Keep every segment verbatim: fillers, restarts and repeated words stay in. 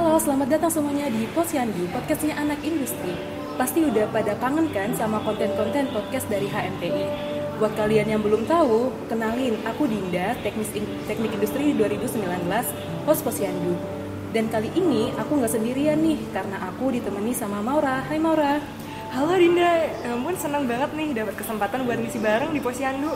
Halo, selamat datang semuanya di Posyandu, podcastnya anak industri. Pasti udah pada kangen kan sama konten-konten podcast dari H M T I. Buat kalian yang belum tahu, kenalin, aku Dinda, teknik, teknik industri dua ribu sembilan belas, host Posyandu. Dan kali ini aku nggak sendirian nih, karena aku ditemani sama Maura. Hai Maura. Halo Dinda, ampun senang banget nih dapat kesempatan buat ngisi bareng di Posyandu.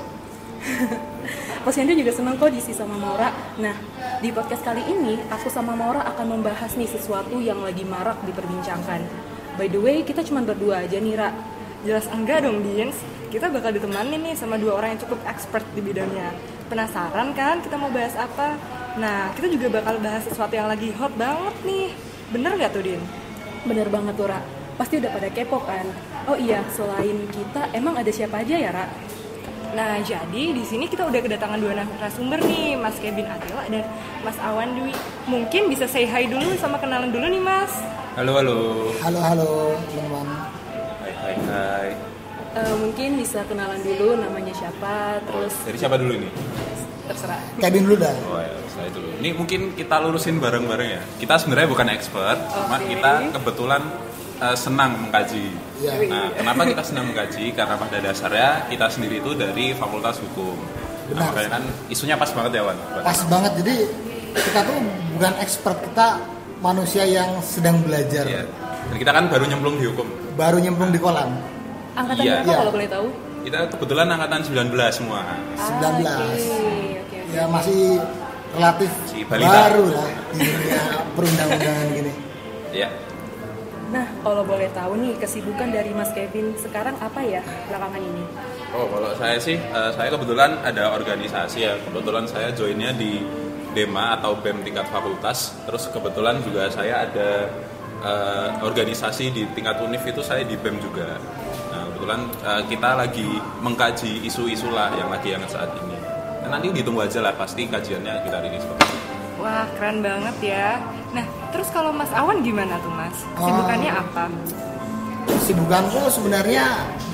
Posyandu juga senang kok diisi sama Maura. Nah, di podcast kali ini aku sama Maura akan membahas nih sesuatu yang lagi marak diperbincangkan. By the way, kita cuma berdua aja nih, Ra. Jelas enggak dong, Dins. Kita bakal ditemani nih sama dua orang yang cukup expert di bidangnya. Penasaran kan kita mau bahas apa? Nah, kita juga bakal bahas sesuatu yang lagi hot banget nih. Bener nggak tuh, Din? Bener banget tuh, Ra. Pasti udah pada kepo kan? Oh iya, selain kita, emang ada siapa aja ya, Ra? Nah, jadi di sini kita udah kedatangan dua narasumber nih, Mas Kevin Atila dan Mas Awan Dwi. Mungkin bisa say hi dulu sama kenalan dulu nih, Mas. Halo, halo. Halo, halo, teman-teman. Hai, hai, hai. Uh, mungkin bisa kenalan dulu namanya siapa, terus Dari siapa dulu ini? terserah. Kevin dulu dah. Oh ya, saya dulu. Ini mungkin kita lurusin bareng-bareng ya. Kita sebenarnya bukan expert, cuma Oke. kita kebetulan uh, senang mengkaji. Ya. Nah, kenapa kita senang mengkaji? Karena pada dasarnya kita sendiri itu dari Fakultas Hukum. Nah, Benar. makanya kan isunya pas banget ya, Wan. Pas banget, jadi kita tuh bukan expert, kita manusia yang sedang belajar. Iya. Dan kita kan baru nyemplung di hukum. Baru nyemplung di kolam. Angkatan Iya. berapa Iya. kalau boleh tahu? Kita kebetulan angkatan sembilan belas semua. sembilan belas. Ah, Oke, oke, oke. Ya masih relatif Si balita. baru lah di dunia perundang-undangan gini. Iya. Nah, kalau boleh tahu nih, kesibukan dari Mas Kevin sekarang apa ya belakangan ini? Oh, kalau saya sih, uh, saya kebetulan ada organisasi ya. Kebetulan saya joinnya di DEMA atau B E M tingkat fakultas. Terus kebetulan juga saya ada uh, organisasi di tingkat univ itu saya di B E M juga. Nah, kebetulan uh, kita lagi mengkaji isu-isu lah yang lagi hangat saat ini. Nah, nanti ditunggu aja lah, pasti kajiannya kita rilis kok. Wah, keren banget ya. Nah, terus kalau Mas Awan gimana tuh, Mas? Kesibukannya Oh. apa? Kesibukanku sebenarnya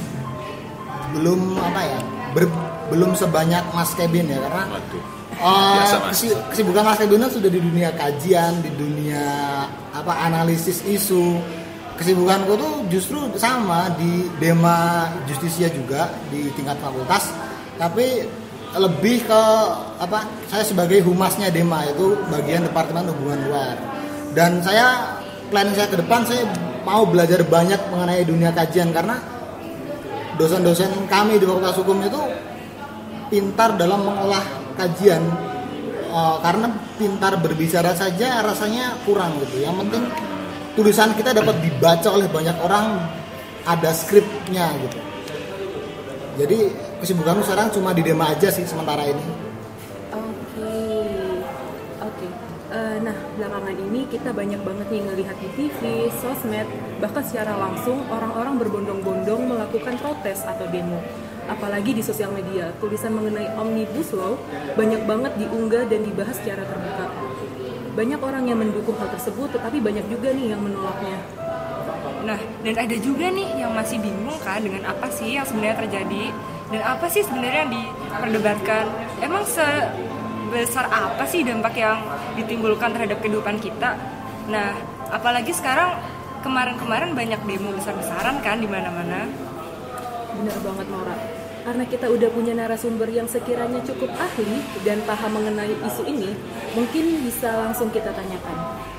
belum apa ya, ber- belum sebanyak Mas Kevin ya, karena Waduh. Uh, Biasa, Mas. kesi- kesibukan Mas Kevin sudah di dunia kajian, di dunia apa analisis isu. Kesibukanku tuh justru sama di DEMA Justisia juga di tingkat fakultas, tapi lebih ke apa? Saya sebagai humasnya DEMA, itu bagian Departemen Hubungan Luar. Dan saya planning saya ke depan, saya mau belajar banyak mengenai dunia kajian karena dosen-dosen kami di Fakultas Hukum itu pintar dalam mengolah kajian. Uh, karena pintar berbicara saja rasanya kurang gitu. Yang penting tulisan kita dapat dibaca oleh banyak orang, ada skripnya gitu. Jadi kesibukanku sekarang cuma di DEMA aja sih sementara ini. Oke, oke. Eh, nah, belakangan ini kita banyak banget nih ngelihat di T V, sosmed, bahkan secara langsung orang-orang berbondong-bondong melakukan protes atau demo. Apalagi di sosial media, tulisan mengenai Omnibus Law banyak banget diunggah dan dibahas secara terbuka. Banyak orang yang mendukung hal tersebut, tetapi banyak juga nih yang menolaknya. Nah, dan ada juga nih yang masih bingung kan dengan apa sih yang sebenarnya terjadi dan apa sih sebenarnya yang diperdebatkan. Emang sebesar apa sih dampak yang ditimbulkan terhadap kehidupan kita? Nah, apalagi sekarang kemarin-kemarin banyak demo besar-besaran kan di mana-mana. Benar banget, Maura. Karena kita udah punya narasumber yang sekiranya cukup ahli dan paham mengenai isu ini, mungkin bisa langsung kita tanyakan.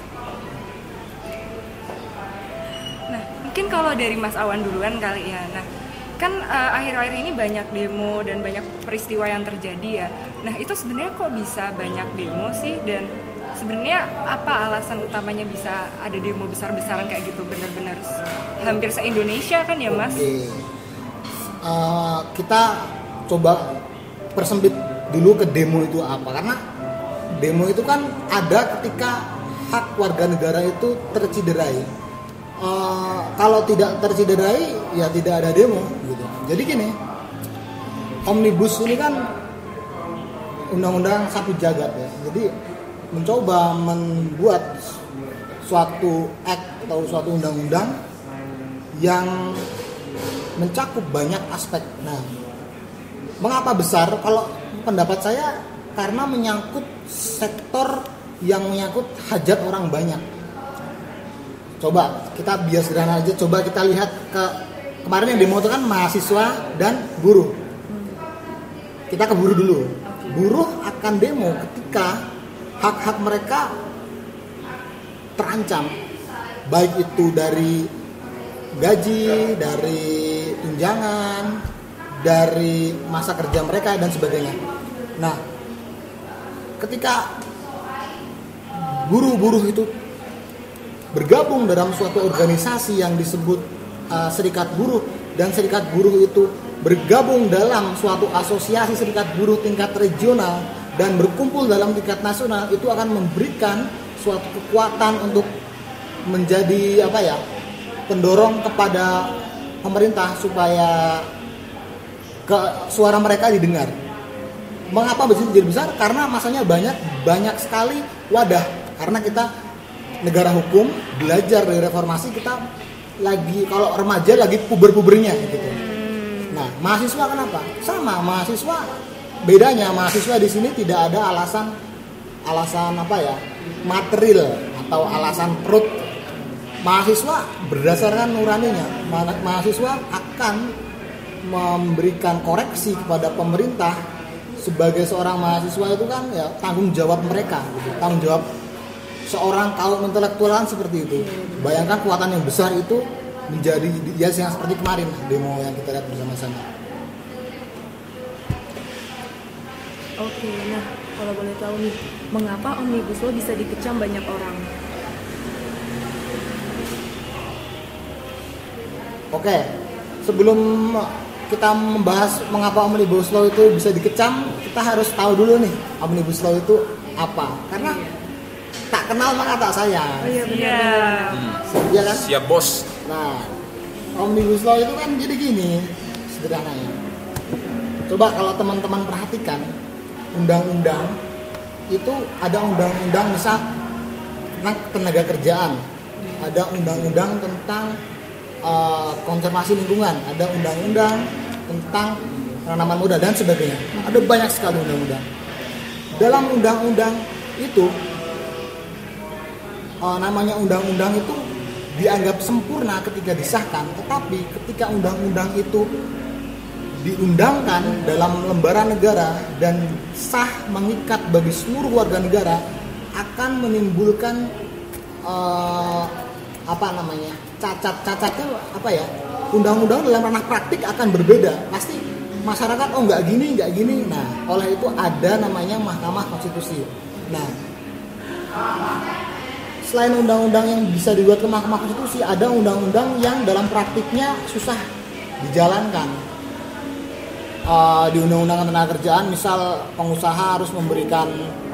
Nah, mungkin kalau dari Mas Awan duluan kali ya. Nah, kan uh, akhir-akhir ini banyak demo dan banyak peristiwa yang terjadi ya. Nah, itu sebenarnya kok bisa banyak demo sih? Dan sebenarnya apa alasan utamanya bisa ada demo besar-besaran kayak gitu? Benar-benar hampir se-Indonesia kan ya, Mas? Oke. Uh, kita coba persempit dulu ke demo itu apa, karena demo itu kan ada ketika hak warga negara itu terciderai. Uh, kalau tidak terciderai ya tidak ada demo gitu. Jadi gini, Omnibus ini kan undang-undang sapu jagat ya. Jadi mencoba membuat suatu act atau suatu undang-undang yang mencakup banyak aspek. Nah, mengapa besar? Kalau pendapat saya karena menyangkut sektor yang menyangkut hajat orang banyak. Coba kita biar sederhana aja, coba kita lihat ke kemarin yang demo itu kan mahasiswa dan buruh. Kita ke buruh dulu. Buruh akan demo ketika hak-hak mereka terancam, baik itu dari gaji, dari tunjangan, dari masa kerja mereka dan sebagainya. Nah, ketika buruh-buruh itu bergabung dalam suatu organisasi yang disebut uh, serikat buruh, dan serikat buruh itu bergabung dalam suatu asosiasi serikat buruh tingkat regional dan berkumpul dalam tingkat nasional, itu akan memberikan suatu kekuatan untuk menjadi apa ya, pendorong kepada pemerintah supaya ke suara mereka didengar. Mengapa jadi besar? Karena masanya banyak banyak sekali wadah. Karena kita negara hukum, belajar dari reformasi, kita lagi kalau remaja lagi puber-pubernya gitu. Nah, mahasiswa kenapa? Sama, mahasiswa bedanya mahasiswa di sini tidak ada alasan alasan apa ya? Material atau alasan perut. Mahasiswa berdasarkan nuraninya. Mahasiswa akan memberikan koreksi kepada pemerintah. Sebagai seorang mahasiswa itu kan ya tanggung jawab mereka gitu. Tanggung jawab seorang kaum intelektualan seperti itu. Bayangkan kekuatan yang besar itu menjadi ya yang seperti kemarin demo yang kita lihat bersama-sama. Oke, nah kalau boleh tahu nih, mengapa Omnibus Law bisa dikecam banyak orang? Oke, sebelum kita membahas mengapa Omnibus Law itu bisa dikecam, kita harus tahu dulu nih Omnibus Law itu apa. Karena tak kenal maka tak sayang. Oh iya benar. Hmm. Iya kan? Siap bos. Nah, Omnibus Law itu kan jadi gini sederhananya. Coba kalau teman-teman perhatikan undang-undang itu ada undang-undang misal tentang tenaga kerjaan, ada undang-undang tentang uh, konservasi lingkungan, ada undang-undang tentang penanaman modal dan sebagainya. Ada banyak sekali undang-undang. Dalam undang-undang itu Uh, namanya undang-undang itu dianggap sempurna ketika disahkan, tetapi ketika undang-undang itu diundangkan dalam lembaran negara dan sah mengikat bagi seluruh warga negara, akan menimbulkan uh, apa namanya cacat-cacatnya apa ya, undang-undang dalam ranah praktik akan berbeda. Pasti masyarakat oh nggak gini nggak gini. Nah, oleh itu ada namanya Mahkamah Konstitusi. Nah, selain undang-undang yang bisa dibuat ke Mahkamah Konstitusi, ada undang-undang yang dalam praktiknya susah dijalankan. Uh, di undang-undang tenaga kerjaan, misal pengusaha harus memberikan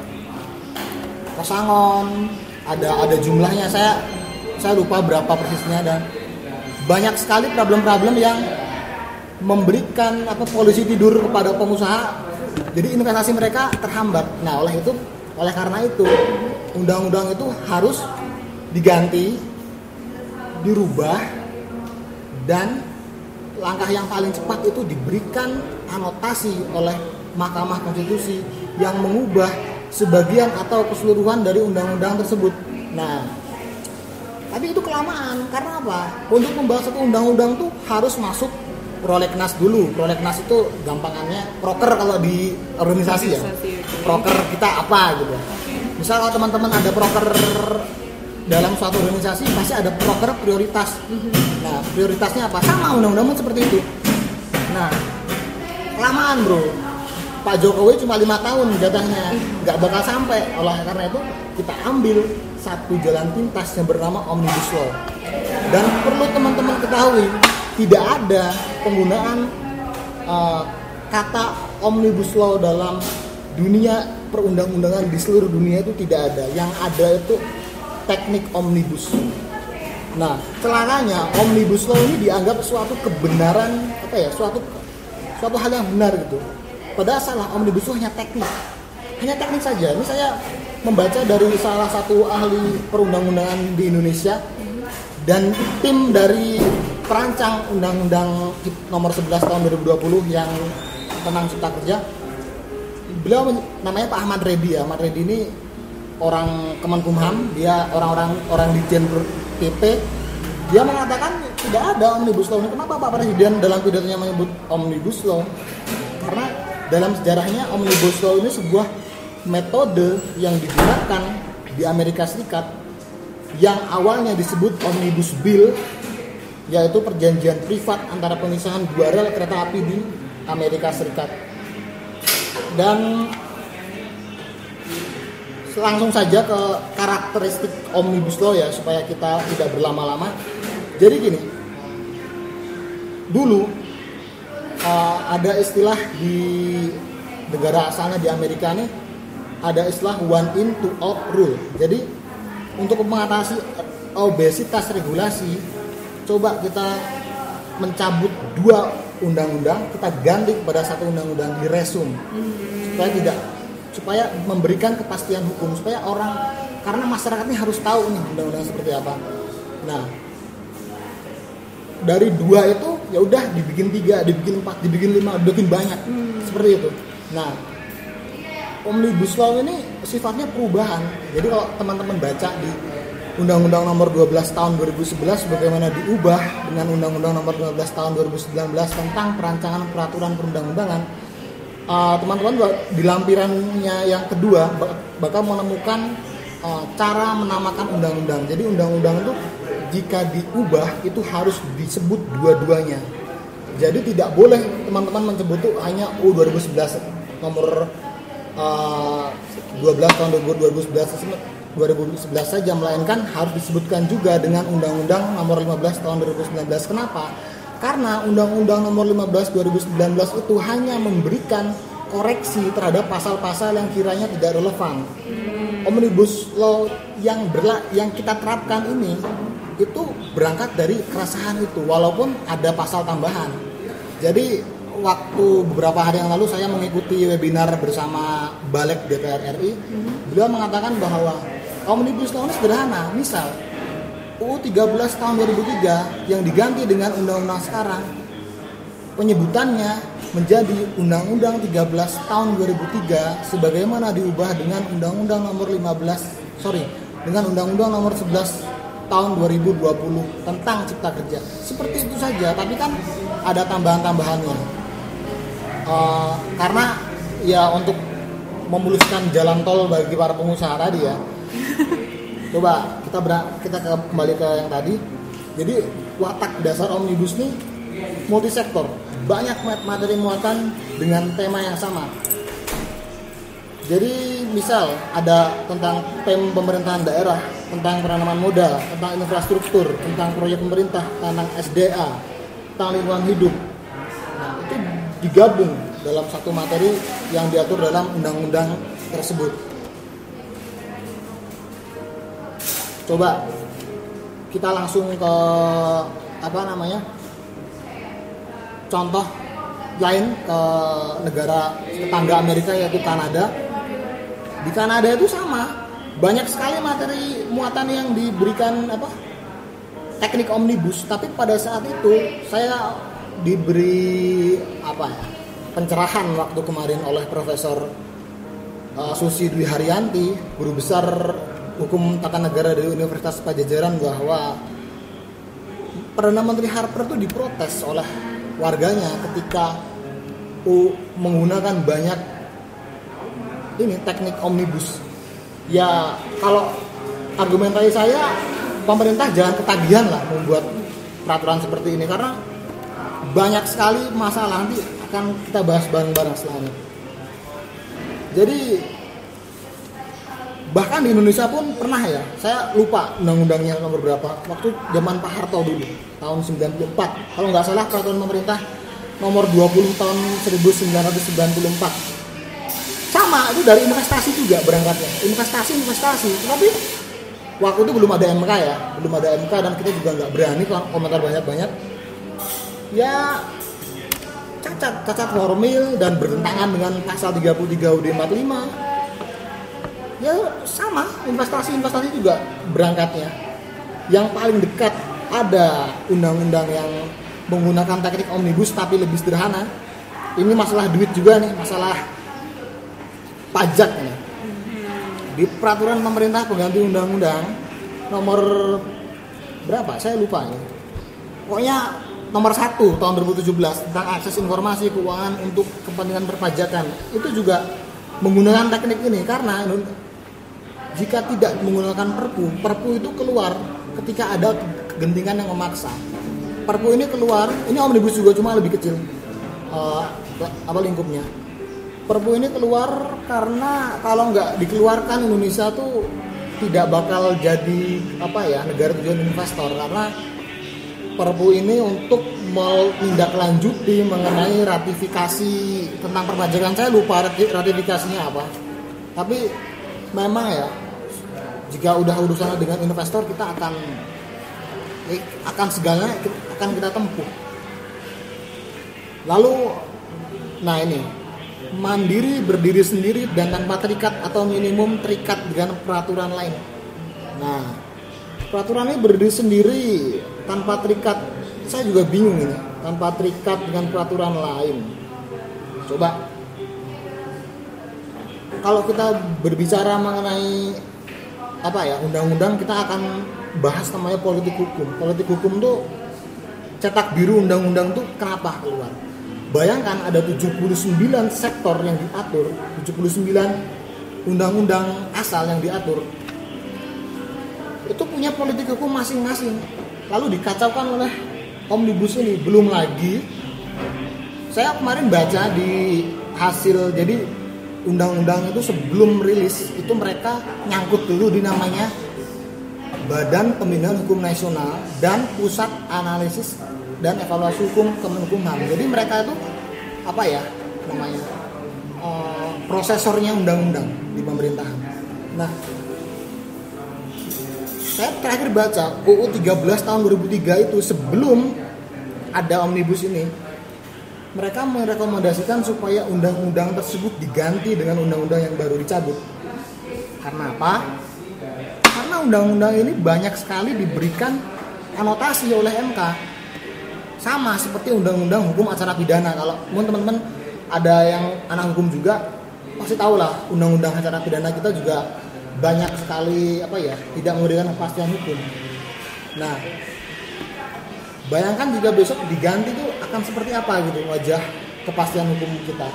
pesangon, ada ada jumlahnya, saya saya lupa berapa persisnya, dan banyak sekali problem-problem yang memberikan apa polisi tidur kepada pengusaha, jadi investasi mereka terhambat. Nah, oleh itu oleh karena itu undang-undang itu harus diganti, dirubah, dan langkah yang paling cepat itu diberikan anotasi oleh Mahkamah Konstitusi yang mengubah sebagian atau keseluruhan dari undang-undang tersebut. Nah, tapi itu kelamaan. Karena apa? Untuk membahas satu undang-undang tuh harus masuk prolegnas dulu. Prolegnas itu gampangannya proker kalau di organisasi ya. Proker kita apa gitu. Misal kalau teman-teman ada proker dalam suatu organisasi, pasti ada proker prioritas. Nah, prioritasnya apa? Sama undang-undang seperti itu. Nah, kelamaan bro. Pak Jokowi cuma lima tahun jatahnya, nggak bakal sampai. Oleh karena itu kita ambil satu jalan pintas yang bernama Omnibus Law. Dan perlu teman-teman ketahui, tidak ada penggunaan uh, kata Omnibus Law dalam dunia perundang-undangan di seluruh dunia, itu tidak ada. Yang ada itu teknik omnibus. Nah, celakanya Omnibus Law ini dianggap suatu kebenaran, apa ya, suatu suatu hal yang benar gitu. Padahal salah, Omnibus Law hanya teknik. Hanya teknik saja. Ini saya membaca dari salah satu ahli perundang-undangan di Indonesia dan tim dari perancang Undang-Undang Nomor sebelas Tahun dua ribu dua puluh yang tentang Cipta Kerja. Beliau namanya Pak Ahmad Reddy ya. Ahmad Reddy ini orang Kemenkumham, dia orang-orang orang Ditjen P P, dia mengatakan tidak ada Omnibus Law. Kenapa Pak Presiden dalam pidatonya menyebut Omnibus Law? Karena dalam sejarahnya Omnibus Law ini sebuah metode yang digunakan di Amerika Serikat yang awalnya disebut Omnibus Bill, yaitu perjanjian privat antara pemisahan dua rel kereta api di Amerika Serikat. Dan langsung saja ke karakteristik Omnibus Law ya, supaya kita tidak berlama-lama. Jadi gini, dulu uh, ada istilah di negara asalnya di Amerika nih, ada istilah one in two out rule. Jadi untuk mengatasi obesitas regulasi, coba kita mencabut dua undang-undang, kita ganti kepada satu undang-undang di resum, supaya tidak, supaya memberikan kepastian hukum, supaya orang, karena masyarakat ini harus tahu nih undang-undang seperti apa. Nah, dari dua itu ya udah dibikin tiga, dibikin empat, dibikin lima, dibikin banyak, hmm. seperti itu. Nah, Omnibus Law ini sifatnya perubahan. Jadi kalau teman-teman baca di Undang-Undang Nomor dua belas Tahun dua ribu sebelas bagaimana diubah dengan Undang-Undang Nomor lima belas Tahun dua ribu sembilan belas tentang perancangan peraturan perundang-undangan, uh, teman-teman di lampirannya yang kedua bakal menemukan uh, cara menamakan undang-undang. Jadi undang-undang itu jika diubah itu harus disebut dua-duanya. Jadi tidak boleh teman-teman menyebut itu hanya U dua ribu sebelas nomor uh, dua belas tahun dua ribu sebelas saja, melainkan harus disebutkan juga dengan Undang-Undang Nomor lima belas Tahun dua ribu sembilan belas. Kenapa? Karena Undang-Undang Nomor lima belas dua ribu sembilan belas itu hanya memberikan koreksi terhadap pasal-pasal yang kiranya tidak relevan. Omnibus Law yang berla- yang kita terapkan ini itu berangkat dari keresahan itu, walaupun ada pasal tambahan. Jadi waktu beberapa hari yang lalu saya mengikuti webinar bersama Balik D P R R I, mm-hmm. beliau mengatakan bahwa Omnibus Law ini sederhana. Misal U U tiga belas tahun dua ribu tiga yang diganti dengan undang-undang sekarang, penyebutannya menjadi Undang-Undang tiga belas tahun dua ribu tiga sebagaimana diubah dengan Undang-Undang Nomor lima belas sorry dengan Undang-Undang Nomor sebelas tahun dua ribu dua puluh tentang Cipta Kerja. Seperti itu saja, tapi kan ada tambahan-tambahannya. Uh, karena ya untuk memuluskan jalan tol bagi para pengusaha tadi ya. Coba kita ber- kita ke, kembali ke yang tadi. Jadi watak dasar Omnibus ini multisektor, banyak materi muatan dengan tema yang sama. Jadi misal ada tentang tem pemerintahan daerah, tentang penanaman modal, tentang infrastruktur, tentang proyek pemerintah, tentang S D A, tentang lingkungan hidup. Nah, itu digabung dalam satu materi yang diatur dalam undang-undang tersebut. Coba kita langsung ke apa namanya? Contoh lain ke negara tetangga Amerika yaitu Kanada. Di Kanada itu sama, banyak sekali materi muatan yang diberikan apa? Teknik omnibus, tapi pada saat itu saya diberi apa ya? Pencerahan waktu kemarin oleh Profesor uh, Susi Dwi Haryanti, guru besar Hukum Tata Negara dari Universitas Padjadjaran, bahwa Perdana Menteri Harper itu diprotes oleh warganya ketika uh, menggunakan banyak ini teknik omnibus. Ya kalau argumentasi saya, pemerintah jangan ketagihan lah membuat peraturan seperti ini, karena banyak sekali masalah, nanti akan kita bahas bareng-bareng selanjutnya. Jadi bahkan di Indonesia pun pernah ya, saya lupa undang-undangnya nomor berapa, waktu zaman Pak Harto dulu tahun sembilan puluh empat kalau nggak salah, peraturan pemerintah nomor dua puluh tahun seribu sembilan ratus sembilan puluh empat. Sama, itu dari investasi juga berangkatnya, investasi investasi tapi waktu itu belum ada M K ya, belum ada M K dan kita juga nggak berani komentar banyak-banyak ya, cacat cacat formil dan bertentangan dengan pasal tiga puluh tiga U U D empat puluh lima. Ya sama, investasi-investasi juga berangkatnya. Yang paling dekat ada undang-undang yang menggunakan teknik omnibus tapi lebih sederhana. Ini masalah duit juga nih, masalah pajak nih. Di peraturan pemerintah pengganti undang-undang nomor berapa? Saya lupa ini. Pokoknya nomor satu tahun dua ribu tujuh belas tentang akses informasi keuangan untuk kepentingan perpajakan itu juga menggunakan teknik ini, karena jika tidak menggunakan perpu, perpu itu keluar ketika ada kegentingan yang memaksa. Perpu ini keluar, ini omnibus juga cuma lebih kecil uh, apa lingkupnya. Perpu ini keluar karena kalau nggak dikeluarkan Indonesia tuh tidak bakal jadi apa ya negara tujuan investor, karena Perpu ini untuk menindaklanjuti mengenai ratifikasi tentang perpajakan. Saya lupa ratifikasinya apa, tapi memang ya jika udah urusan dengan investor kita akan eh, akan segalanya akan kita tempuh. Lalu, nah ini mandiri, berdiri sendiri dan tanpa terikat atau minimum terikat dengan peraturan lain. Nah, peraturan ini berdiri sendiri tanpa terikat, saya juga bingung ini, tanpa terikat dengan peraturan lain. Coba, kalau kita berbicara mengenai apa ya undang-undang, kita akan bahas namanya politik hukum. Politik hukum tuh cetak biru undang-undang tuh kenapa keluar? Bayangkan ada tujuh puluh sembilan sektor yang diatur, tujuh puluh sembilan undang-undang asal yang diatur. Itu punya politik hukum masing-masing. Lalu dikacaukan oleh omnibus ini. Belum lagi, saya kemarin baca di hasil, jadi undang-undang itu sebelum rilis itu mereka nyangkut dulu di namanya Badan Pembinaan Hukum Nasional dan Pusat Analisis dan Evaluasi Hukum Kemenkumham. Jadi mereka itu apa ya namanya uh, prosesornya undang-undang di pemerintahan. Nah, saya terakhir baca U U tiga belas tahun dua ribu tiga itu sebelum ada omnibus ini, mereka merekomendasikan supaya undang-undang tersebut diganti dengan undang-undang yang baru dicabut. Karena apa? Karena undang-undang ini banyak sekali diberikan anotasi oleh M K. Sama seperti undang-undang hukum acara pidana. Kalau teman-teman ada yang anak hukum juga pasti tahu lah, undang-undang acara pidana kita juga banyak sekali apa ya tidak memberikan kepastian hukum. Nah, bayangkan jika besok diganti tuh akan seperti apa gitu wajah kepastian hukum kita.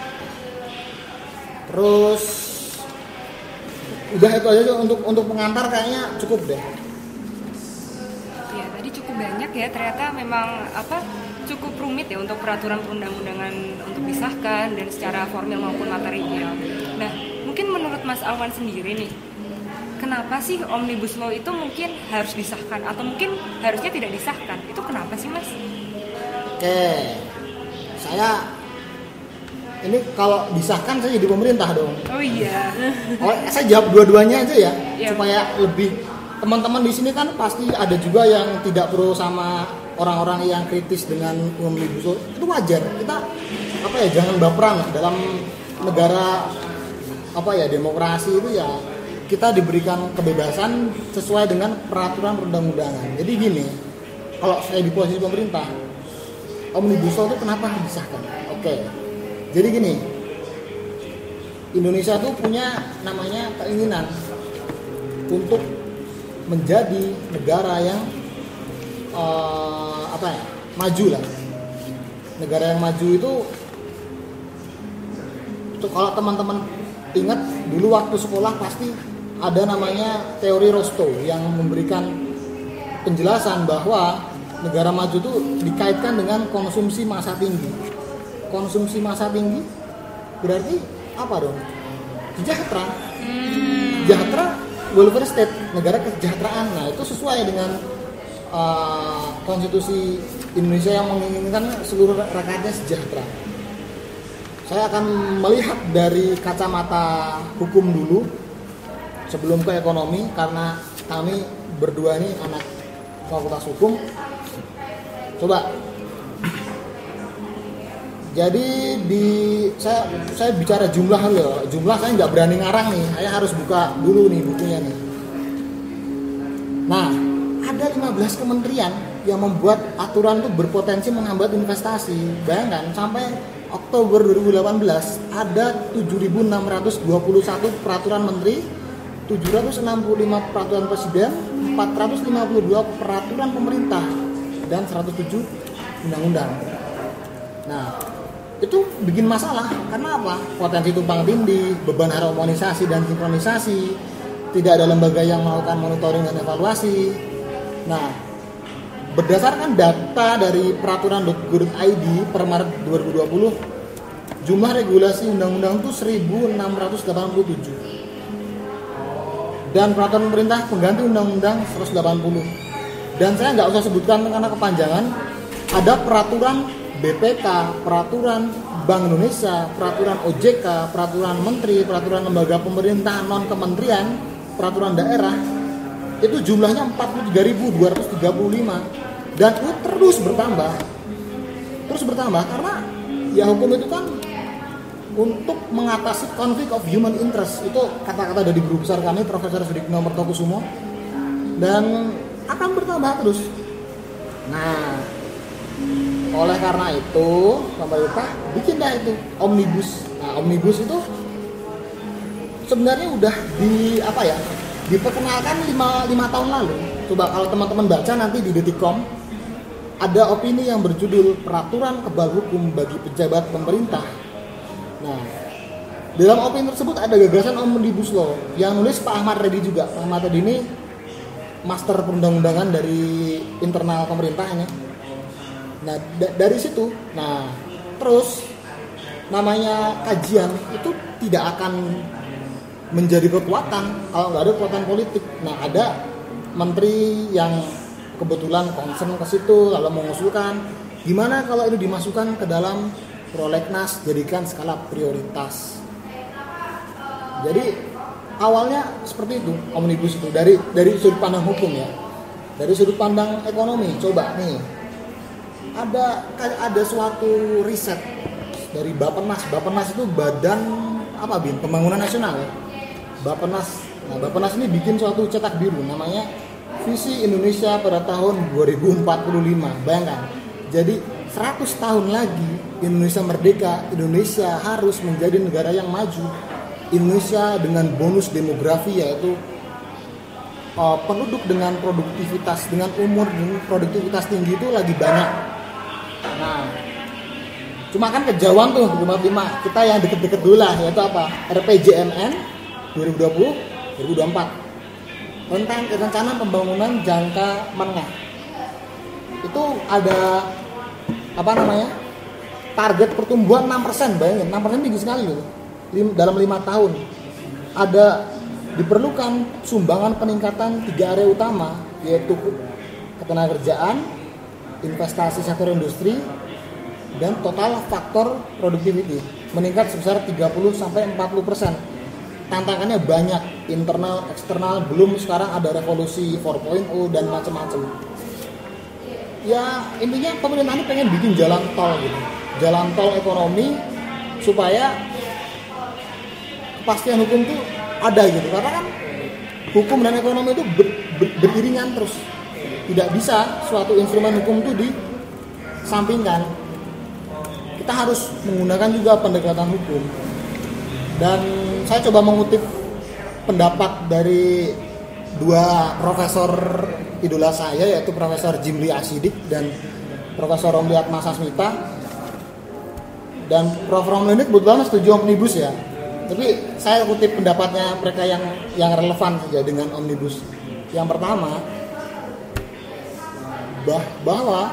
Terus udah itu aja untuk untuk pengantar, kayaknya cukup deh. Ya, tadi cukup banyak ya, ternyata memang apa cukup rumit ya untuk peraturan perundang-undangan untuk disahkan dan secara formil maupun material. Nah, mungkin menurut Mas Alwan sendiri nih, kenapa sih Omnibus Law itu mungkin harus disahkan atau mungkin harusnya tidak disahkan? Itu kenapa sih, Mas? Oke, saya ini kalau disahkan saya jadi pemerintah dong. Oh iya. Oh, saya jawab dua-duanya aja ya, Ya, supaya lebih. Teman-teman di sini kan pasti ada juga yang tidak pro sama orang-orang yang kritis dengan Omnibus Law. Itu wajar. Kita apa ya jangan baperan dalam negara apa ya demokrasi itu ya. Kita diberikan kebebasan sesuai dengan peraturan perundang-undangan. Jadi gini, kalau saya di posisi pemerintah, Omnibus Law itu kenapa disahkan? Oke, jadi gini, Indonesia tuh punya namanya keinginan untuk menjadi negara yang uh, apa ya, maju lah. Negara yang maju itu, itu kalau teman-teman ingat dulu waktu sekolah pasti ada namanya teori Rostow yang memberikan penjelasan bahwa negara maju itu dikaitkan dengan konsumsi massa tinggi. Konsumsi massa tinggi berarti apa dong? Sejahtera. Sejahtera, welfare state, negara kesejahteraan. Nah, itu sesuai dengan uh, konstitusi Indonesia yang menginginkan seluruh rakyatnya sejahtera. Saya akan melihat dari kacamata hukum dulu sebelum ke ekonomi, karena kami berdua ini anak fakultas hukum. Coba, jadi di saya saya bicara jumlah loh, jumlah saya nggak berani ngarang nih, saya harus buka dulu nih bukunya nih. Nah, ada lima belas kementerian yang membuat aturan itu berpotensi menghambat investasi. Bayangkan sampai Oktober dua ribu delapan belas ada tujuh ribu enam ratus dua puluh satu peraturan menteri, tujuh ratus enam puluh lima peraturan presiden, empat ratus lima puluh dua peraturan pemerintah dan seratus tujuh undang-undang. Nah, itu bikin masalah karena apa? Potensi tumpang tindih, beban harmonisasi dan sinkronisasi, tidak ada lembaga yang melakukan monitoring dan evaluasi. Nah, berdasarkan data dari peraturan dot go dot i d per Maret dua ribu dua puluh, jumlah regulasi undang-undang itu seribu enam ratus delapan puluh tujuh. Dan peraturan pemerintah pengganti undang-undang seratus delapan puluh. Dan saya nggak usah sebutkan karena kepanjangan. Ada peraturan B P K, peraturan Bank Indonesia, peraturan O J K, peraturan menteri, peraturan lembaga pemerintah non kementerian, peraturan daerah. Itu jumlahnya empat puluh tiga ribu dua ratus tiga puluh lima dan itu terus bertambah. Terus bertambah karena ya hukum itu kan untuk mengatasi conflict of human interest. Itu kata-kata dari guru besar kami Profesor Sudikno Mertokusumo, dan akan bertambah terus. Nah, oleh karena itu pemerintah bikin dah itu omnibus. Nah, omnibus itu sebenarnya udah di apa ya? diperkenalkan lima tahun lalu. Coba kalau teman-teman baca nanti di Detikcom, ada opini yang berjudul Peraturan Kebal Hukum bagi Pejabat Pemerintah. Nah, dalam opini tersebut ada gagasan Omnibus Law yang nulis Pak Ahmad Reddy juga. Pak Ahmad Reddy ini master perundang-undangan dari internal pemerintahnya. Nah, d- dari situ, nah terus namanya kajian itu tidak akan menjadi kekuatan kalau nggak ada kekuatan politik. Nah, ada menteri yang kebetulan concern ke situ lalu mengusulkan gimana kalau itu dimasukkan ke dalam prolegnas, jadikan skala prioritas. Jadi awalnya seperti itu omnibus itu dari dari sudut pandang hukum ya. Dari sudut pandang ekonomi, coba nih ada ada suatu riset dari Bappenas. Bappenas itu badan apa bin pembangunan nasional ya. Bappenas. Nah, Bappenas ini bikin suatu cetak biru namanya Visi Indonesia pada tahun dua ribu empat puluh lima. Bayangkan. Jadi seratus tahun lagi Indonesia merdeka, Indonesia harus menjadi negara yang maju. Indonesia dengan bonus demografi yaitu uh, penduduk dengan produktivitas, dengan umur dengan produktivitas tinggi itu lagi banyak. Nah, cuma kan kejauhan tuh dua ribu empat puluh lima. Kita yang deket-deket dulu lah, yaitu apa? R P J M N dua ribu dua puluh sampai dua ribu dua puluh empat tentang rencana pembangunan jangka menengah. Itu ada apa namanya? Target pertumbuhan enam persen, bayangin, enam persen tinggi sekali loh. Lim, dalam lima tahun. Ada diperlukan sumbangan peningkatan tiga area utama, yaitu ketenagakerjaan, investasi sektor industri, dan total faktor productivity meningkat sebesar tiga puluh sampai empat puluh persen. Tantangannya banyak, internal, eksternal, belum sekarang ada revolusi empat titik nol dan macam-macam. Ya intinya pemerintah ini pengen bikin jalan tol gitu, jalan tol ekonomi supaya kepastian hukum itu ada gitu, karena kan hukum dan ekonomi itu ber, ber, beriringan terus. Tidak bisa suatu instrumen hukum itu disampingkan. Kita harus menggunakan juga pendekatan hukum. Dan saya coba mengutip pendapat dari dua profesor idola saya, yaitu Profesor Jimli Asidik dan Profesor Romli Atmasasmita. Dan Prof Romli ini kebetulan setuju omnibus ya. Tapi saya kutip pendapatnya mereka yang yang relevan saja dengan omnibus. Yang pertama, bah, bahwa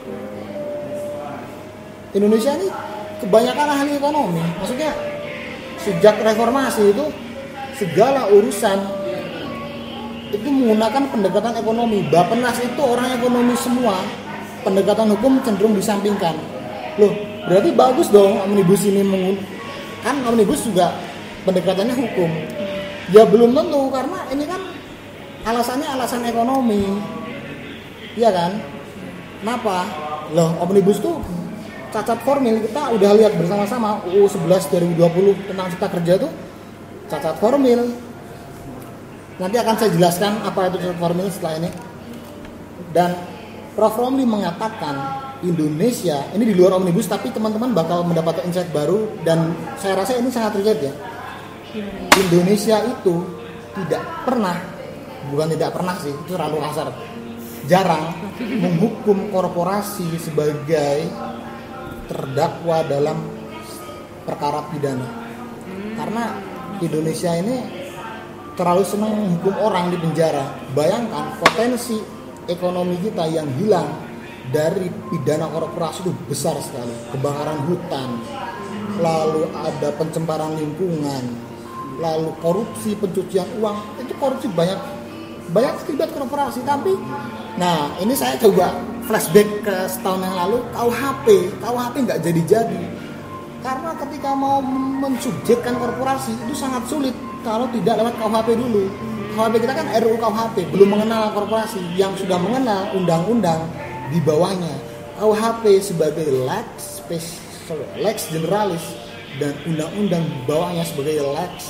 Indonesia ini kebanyakan ahli ekonomi. Maksudnya sejak reformasi itu segala urusan itu menggunakan pendekatan ekonomi. Bappenas itu orang ekonomi semua. Pendekatan hukum cenderung disampingkan. Loh, berarti bagus dong omnibus ini mengun- kan omnibus juga pendekatannya hukum. Ya belum tentu, karena ini kan alasannya alasan ekonomi. Iya kan? Kenapa? Loh, omnibus tuh cacat formil, kita udah lihat bersama-sama U U sebelas dua ribu dua puluh tentang cipta kerja tuh cacat formil. Nanti akan saya jelaskan apa itu cacat formil setelah ini. Dan Prof Romli mengatakan Indonesia, ini di luar omnibus tapi teman-teman bakal mendapatkan insight baru dan saya rasa ini sangat relate ya. Indonesia itu tidak pernah bukan tidak pernah sih, itu terlalu kasar, jarang menghukum korporasi sebagai terdakwa dalam perkara pidana. Karena Indonesia ini terlalu senang menghukum orang di penjara. Bayangkan potensi ekonomi kita yang hilang dari pidana korporasi itu besar sekali. Kebakaran hutan, lalu ada pencemaran lingkungan, lalu korupsi, pencucian uang, itu korupsi banyak banyak akibat korporasi. Tapi nah ini saya coba flashback ke setahun yang lalu, K U H P K U H P nggak jadi-jadi karena ketika mau mensubjekkan korporasi itu sangat sulit kalau tidak lewat K U H P dulu. K U H P kita kan R U K U H P, belum mengenal korporasi. Yang sudah mengenal undang-undang di bawahnya, K U H P sebagai lex special, lex generalis, dan undang-undang di bawahnya sebagai lex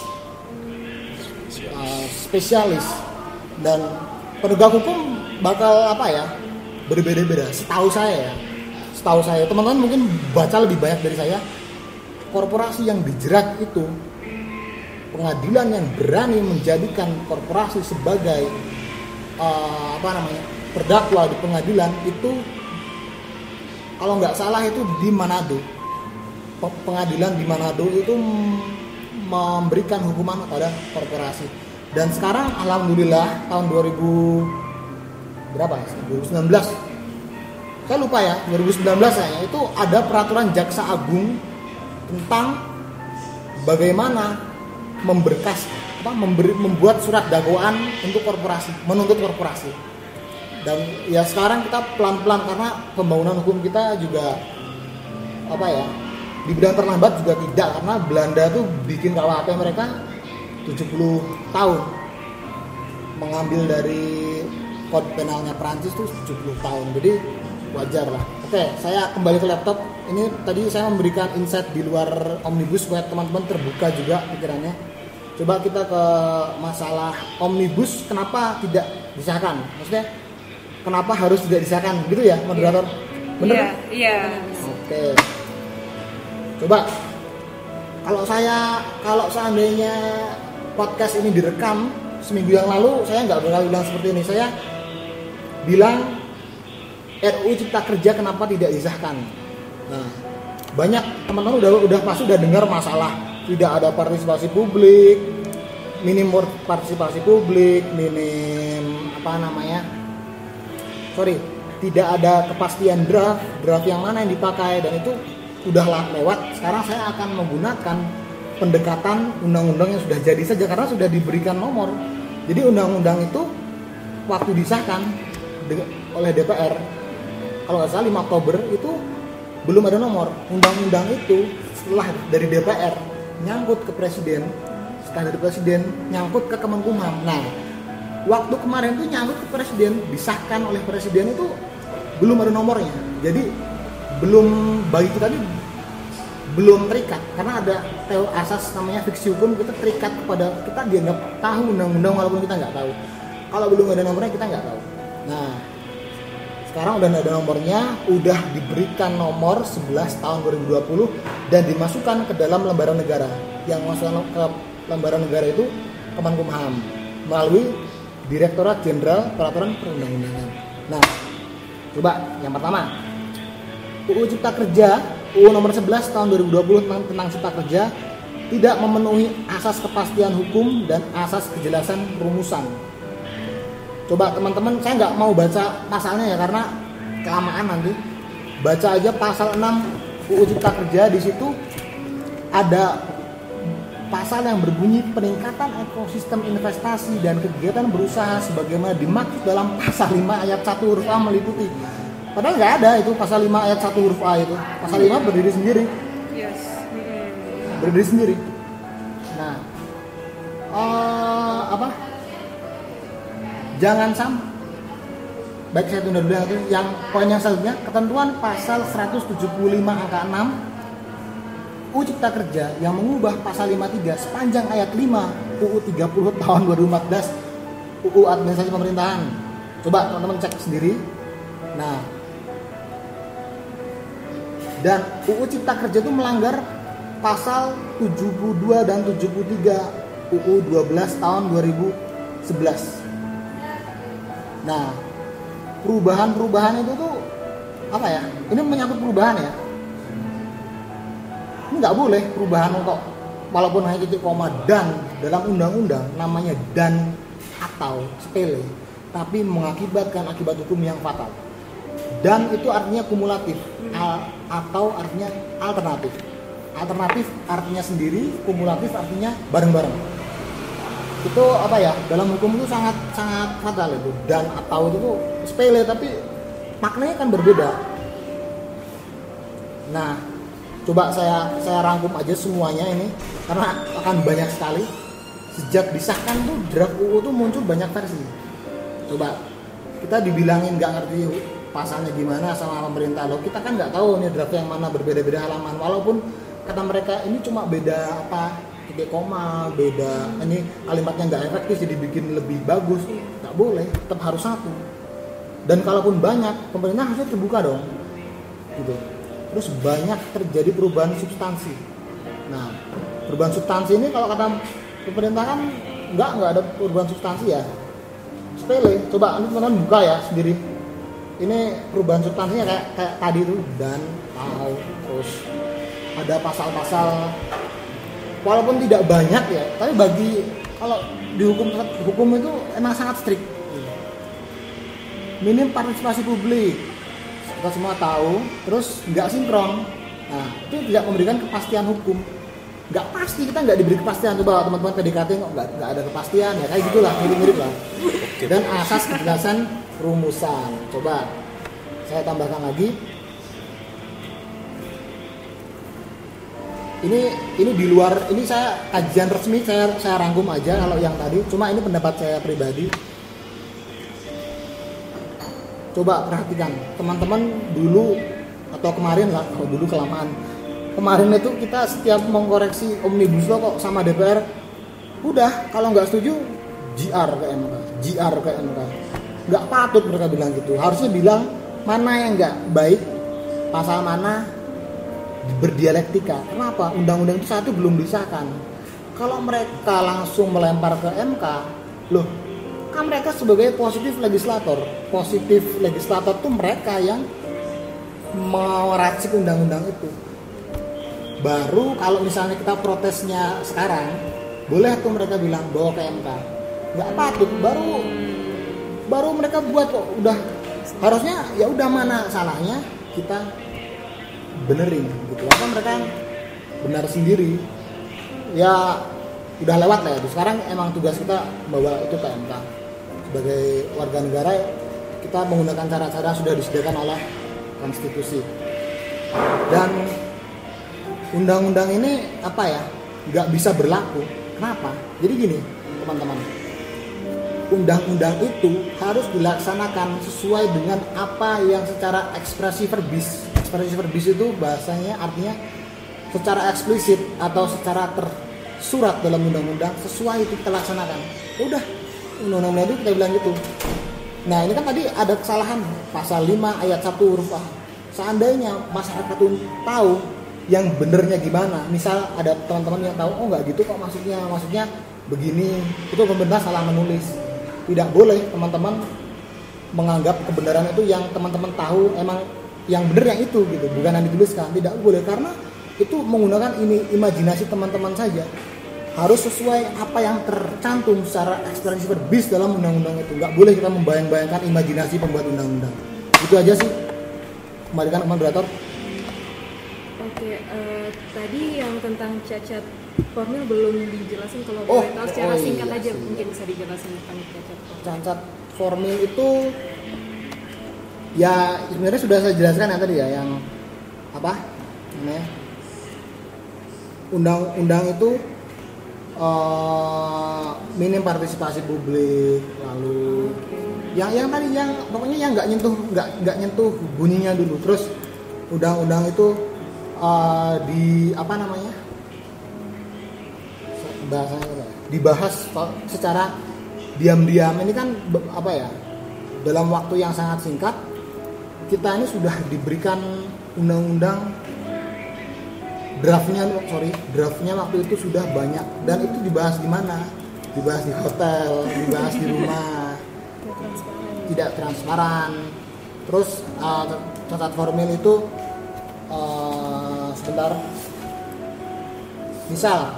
uh, spesialis. Dan penegak hukum bakal apa ya, berbeda-beda. Setahu saya ya, setahu saya teman-teman mungkin baca lebih banyak dari saya. Korporasi yang dijerat itu, pengadilan yang berani menjadikan korporasi sebagai uh, apa namanya terdakwa di pengadilan itu, kalau nggak salah itu di Manado. Pengadilan di Manado itu memberikan hukuman kepada korporasi. Dan sekarang alhamdulillah tahun dua ribu berapa ya? dua ribu sembilan belas. Saya lupa ya, dua ribu sembilan belas kayaknya itu ada peraturan Jaksa Agung tentang bagaimana memberkas apa memberi, membuat surat dakwaan untuk korporasi, menuntut korporasi. Dan ya sekarang kita pelan-pelan karena pembangunan hukum kita juga apa ya, dibilang terlambat juga tidak, karena Belanda tuh bikin K U H P mereka tujuh puluh tahun, mengambil dari kode penalnya Prancis tuh tujuh puluh tahun, jadi wajar lah. Oke, saya kembali ke laptop. Ini tadi saya memberikan insight di luar Omnibus supaya teman-teman terbuka juga pikirannya. Coba kita ke masalah Omnibus, kenapa tidak disahkan? Maksudnya kenapa harus tidak disahkan gitu ya, moderator? Bener? Iya, iya. Oke. Coba kalau saya kalau seandainya podcast ini direkam seminggu yang lalu, saya nggak bakal bilang seperti ini. Saya bilang R U U Cipta Kerja kenapa tidak disahkan. Nah, banyak teman-teman udah udah pasti udah dengar masalah tidak ada partisipasi publik, minim partisipasi publik, minim apa namanya? Sorry, tidak ada kepastian draft, draft yang mana yang dipakai, dan itu udahlah lewat. Sekarang saya akan menggunakan pendekatan undang-undang yang sudah jadi saja karena sudah diberikan nomor. Jadi undang-undang itu waktu disahkan oleh D P R, kalau nggak salah lima Oktober itu belum ada nomor. Undang-undang itu setelah dari D P R nyangkut ke presiden, setelah dari presiden nyangkut ke Kemenkumham. Nah, waktu kemarin itu nyangkut ke presiden, disahkan oleh presiden itu belum ada nomornya. Jadi belum, bagi kita ini belum terikat karena ada teori asas namanya fiksi hukum, kita terikat kepada, kita dianggap tahu undang-undang walaupun kita nggak tahu. Kalau belum ada nomornya kita nggak tahu. Nah, sekarang udah ada nomornya, udah diberikan nomor sebelas tahun dua ribu dua puluh dan dimasukkan ke dalam lembaran negara. Yang masukkan ke lembaran negara itu Kemenkumham melalui Direktorat Jenderal Peraturan Perundang-undangan. Nah, coba yang pertama, U U Cipta Kerja, U U nomor sebelas tahun dua ribu dua puluh tentang, tentang Cipta Kerja tidak memenuhi asas kepastian hukum dan asas kejelasan rumusan. Coba teman-teman, saya nggak mau baca pasalnya ya karena kelamaan nanti. Baca aja pasal enam U U Cipta Kerja, di situ ada pasal yang berbunyi peningkatan ekosistem investasi dan kegiatan berusaha sebagaimana dimaksud dalam pasal lima ayat satu huruf A meliputi. Padahal nggak ada itu pasal lima ayat satu huruf A itu. Pasal lima berdiri sendiri. Yes. Berdiri sendiri. Nah, uh, apa? Jangan sampai, baik saya tunda dulu yang itu. Yang poin yang selanjutnya, ketentuan pasal seratus tujuh puluh lima angka enam U U Cipta Kerja yang mengubah pasal lima puluh tiga sepanjang ayat lima U U tiga puluh tahun dua ribu empat belas U U Administrasi Pemerintahan. Coba teman-teman cek sendiri. Nah, dan U U Cipta Kerja itu melanggar pasal tujuh puluh dua dan tujuh puluh tiga U U dua belas tahun dua ribu sebelas. Nah, perubahan-perubahan itu tuh apa ya? Ini menyangkut perubahan ya. Ini nggak boleh perubahan untuk walaupun hanya titik koma dan dalam undang-undang namanya dan atau sepele, tapi mengakibatkan akibat hukum yang fatal. Dan itu artinya kumulatif al, atau artinya alternatif. Alternatif artinya sendiri, kumulatif artinya bareng-bareng. Itu apa ya? Dalam hukum itu sangat sangat fatal itu. Dan atau itu tuh sepele tapi maknanya kan berbeda. Nah, coba saya saya rangkum aja semuanya ini karena akan banyak sekali. Sejak disahkan tuh draft U U tuh muncul banyak versi. Coba kita dibilangin nggak ngerti pasalnya gimana sama pemerintah loh. Kita kan nggak tahu nih draft yang mana berbeda-beda halaman. Walaupun kata mereka ini cuma beda apa titik koma, beda ini kalimatnya nggak efektif jadi bikin lebih bagus. Nggak boleh, tetap harus satu. Dan kalaupun banyak, pemerintah harusnya terbuka dong. Gitu. Terus banyak terjadi perubahan substansi. Nah, perubahan substansi ini kalau kata pemerintah kan nggak nggak ada perubahan substansi ya. Sepele. Coba teman-teman buka ya sendiri. Ini perubahan substansinya kayak kayak tadi tuh dan tahu terus ada pasal-pasal walaupun tidak banyak ya, tapi bagi kalau di hukum hukum itu emang sangat strict. Minim partisipasi publik. Kita semua tahu, terus nggak sinkron. Nah, itu tidak memberikan kepastian hukum. Nggak pasti, kita nggak diberi kepastian. Coba teman-teman P D K T kok nggak nggak ada kepastian ya kayak gitulah, mirip-mirip lah. Dan asas kejelasan rumusan. Coba saya tambahkan lagi. Ini ini di luar, ini saya kajian resmi saya saya rangkum aja kalau yang tadi. Cuma ini pendapat saya pribadi. Coba perhatikan teman-teman dulu atau kemarin lah, kalau dulu kelamaan. Kemarin itu kita setiap mengkoreksi omnibus law kok sama D P R, udah kalau nggak setuju G R ke M K, G R ke M K. Nggak patut mereka bilang gitu. Harusnya bilang mana yang nggak baik, pasal mana berdialektika. Kenapa? Undang-undang itu satu belum disahkan. Kalau mereka langsung melempar ke M K, loh, kan mereka sebagai positif legislator. Positif legislator tuh mereka yang mau racik undang-undang itu. Baru kalau misalnya kita protesnya sekarang, boleh tuh mereka bilang bawa ke M K. Nggak patut. Baru baru mereka buat kok udah harusnya ya udah mana salahnya kita benerin gitu. Apa mereka benar sendiri. Ya udah lewat lah ya. Sekarang emang tugas kita bawa itu ke M K. Sebagai warga negara kita menggunakan cara-cara yang sudah disediakan oleh konstitusi. Dan undang-undang ini apa ya nggak bisa berlaku. Kenapa? Jadi gini teman-teman, undang-undang itu harus dilaksanakan sesuai dengan apa yang secara ekspresi verbis. Ekspresi verbis itu bahasanya artinya secara eksplisit atau secara tersurat dalam undang-undang sesuai itu kita laksanakan. Udah, undang-undang itu kita bilang gitu. Nah ini kan tadi ada kesalahan pasal lima ayat satu huruf A. Seandainya masyarakat itu tahu yang benernya gimana, misal ada teman-teman yang tahu, oh nggak gitu kok maksudnya, maksudnya begini, itu pemerintah salah menulis. Tidak boleh teman-teman menganggap kebenaran itu yang teman-teman tahu emang yang benar yang itu gitu, bukan yang dituliskan. Tidak boleh, karena itu menggunakan ini imajinasi teman-teman saja. Harus sesuai apa yang tercantum secara ekspresi verbis dalam undang-undang itu. Nggak boleh kita membayang-bayangkan imajinasi pembuat undang-undang. Itu aja sih. Kembalikan ke moderator. Oke, uh, tadi yang tentang cacat formil belum dijelasin. Kalau Oh, boleh tahu secara oh, singkat iya, aja sih. mungkin bisa dijelasin tentang cacat formil. Cacat formil itu ya sebenarnya sudah saya jelaskan ya tadi ya, yang apa namanya undang-undang itu uh, minim partisipasi publik, lalu yang yang tadi yang pokoknya yang nggak nyentuh nggak nggak nyentuh bunyinya dulu. Terus undang-undang itu uh, di apa namanya bahasanya apa? Dibahas secara diam-diam. Ini kan apa ya, dalam waktu yang sangat singkat kita ini sudah diberikan undang-undang draftnya sorry draftnya waktu itu sudah banyak, dan itu dibahas di mana? Dibahas di hotel, dibahas di rumah. tidak transparan. Terus uh, cacat formil itu uh, sebentar, misal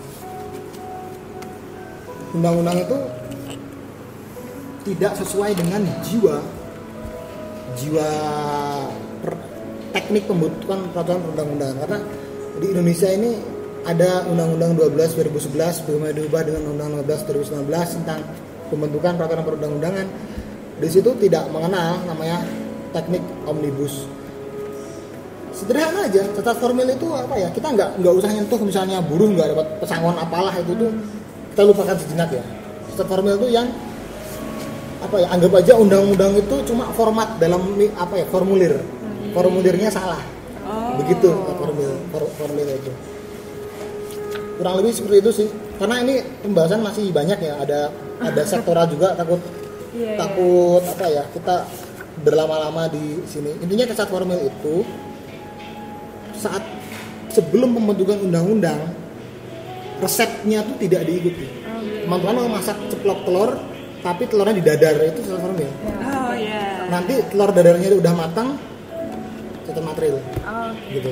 undang-undang itu tidak sesuai dengan jiwa jiwa per, teknik pembentukan peraturan perundang-undangan, karena di Indonesia ini ada Undang-Undang dua belas dua ribu sebelas bagaimana diubah dengan Undang-Undang lima belas dua ribu sembilan belas tentang pembentukan peraturan perundang-undangan. Di situ tidak mengenal namanya teknik omnibus. Sederhana aja, cacat formil itu apa ya? Kita nggak nggak usah nyentuh misalnya buruh nggak dapat pesangon apalah itu tuh kita lupakan sejenak ya. Cacat formil itu yang apa ya? Anggap aja undang-undang itu cuma format dalam apa ya? Formulir. Formulirnya salah. Begitu formil formil itu. Kurang lebih seperti itu sih. Karena ini pembahasan masih banyak ya. Ada ada sektoral juga, takut yeah, takut yeah. apa ya? Kita berlama-lama di sini. Intinya cacat formil itu saat sebelum pembentukan undang-undang resepnya tuh tidak diikuti. Teman-teman mau masak ceplok telur tapi telurnya di dadar, itu cacat formil. Oh iya. Yeah. Nanti telur dadarnya udah matang, cacat material. Oh, gitu.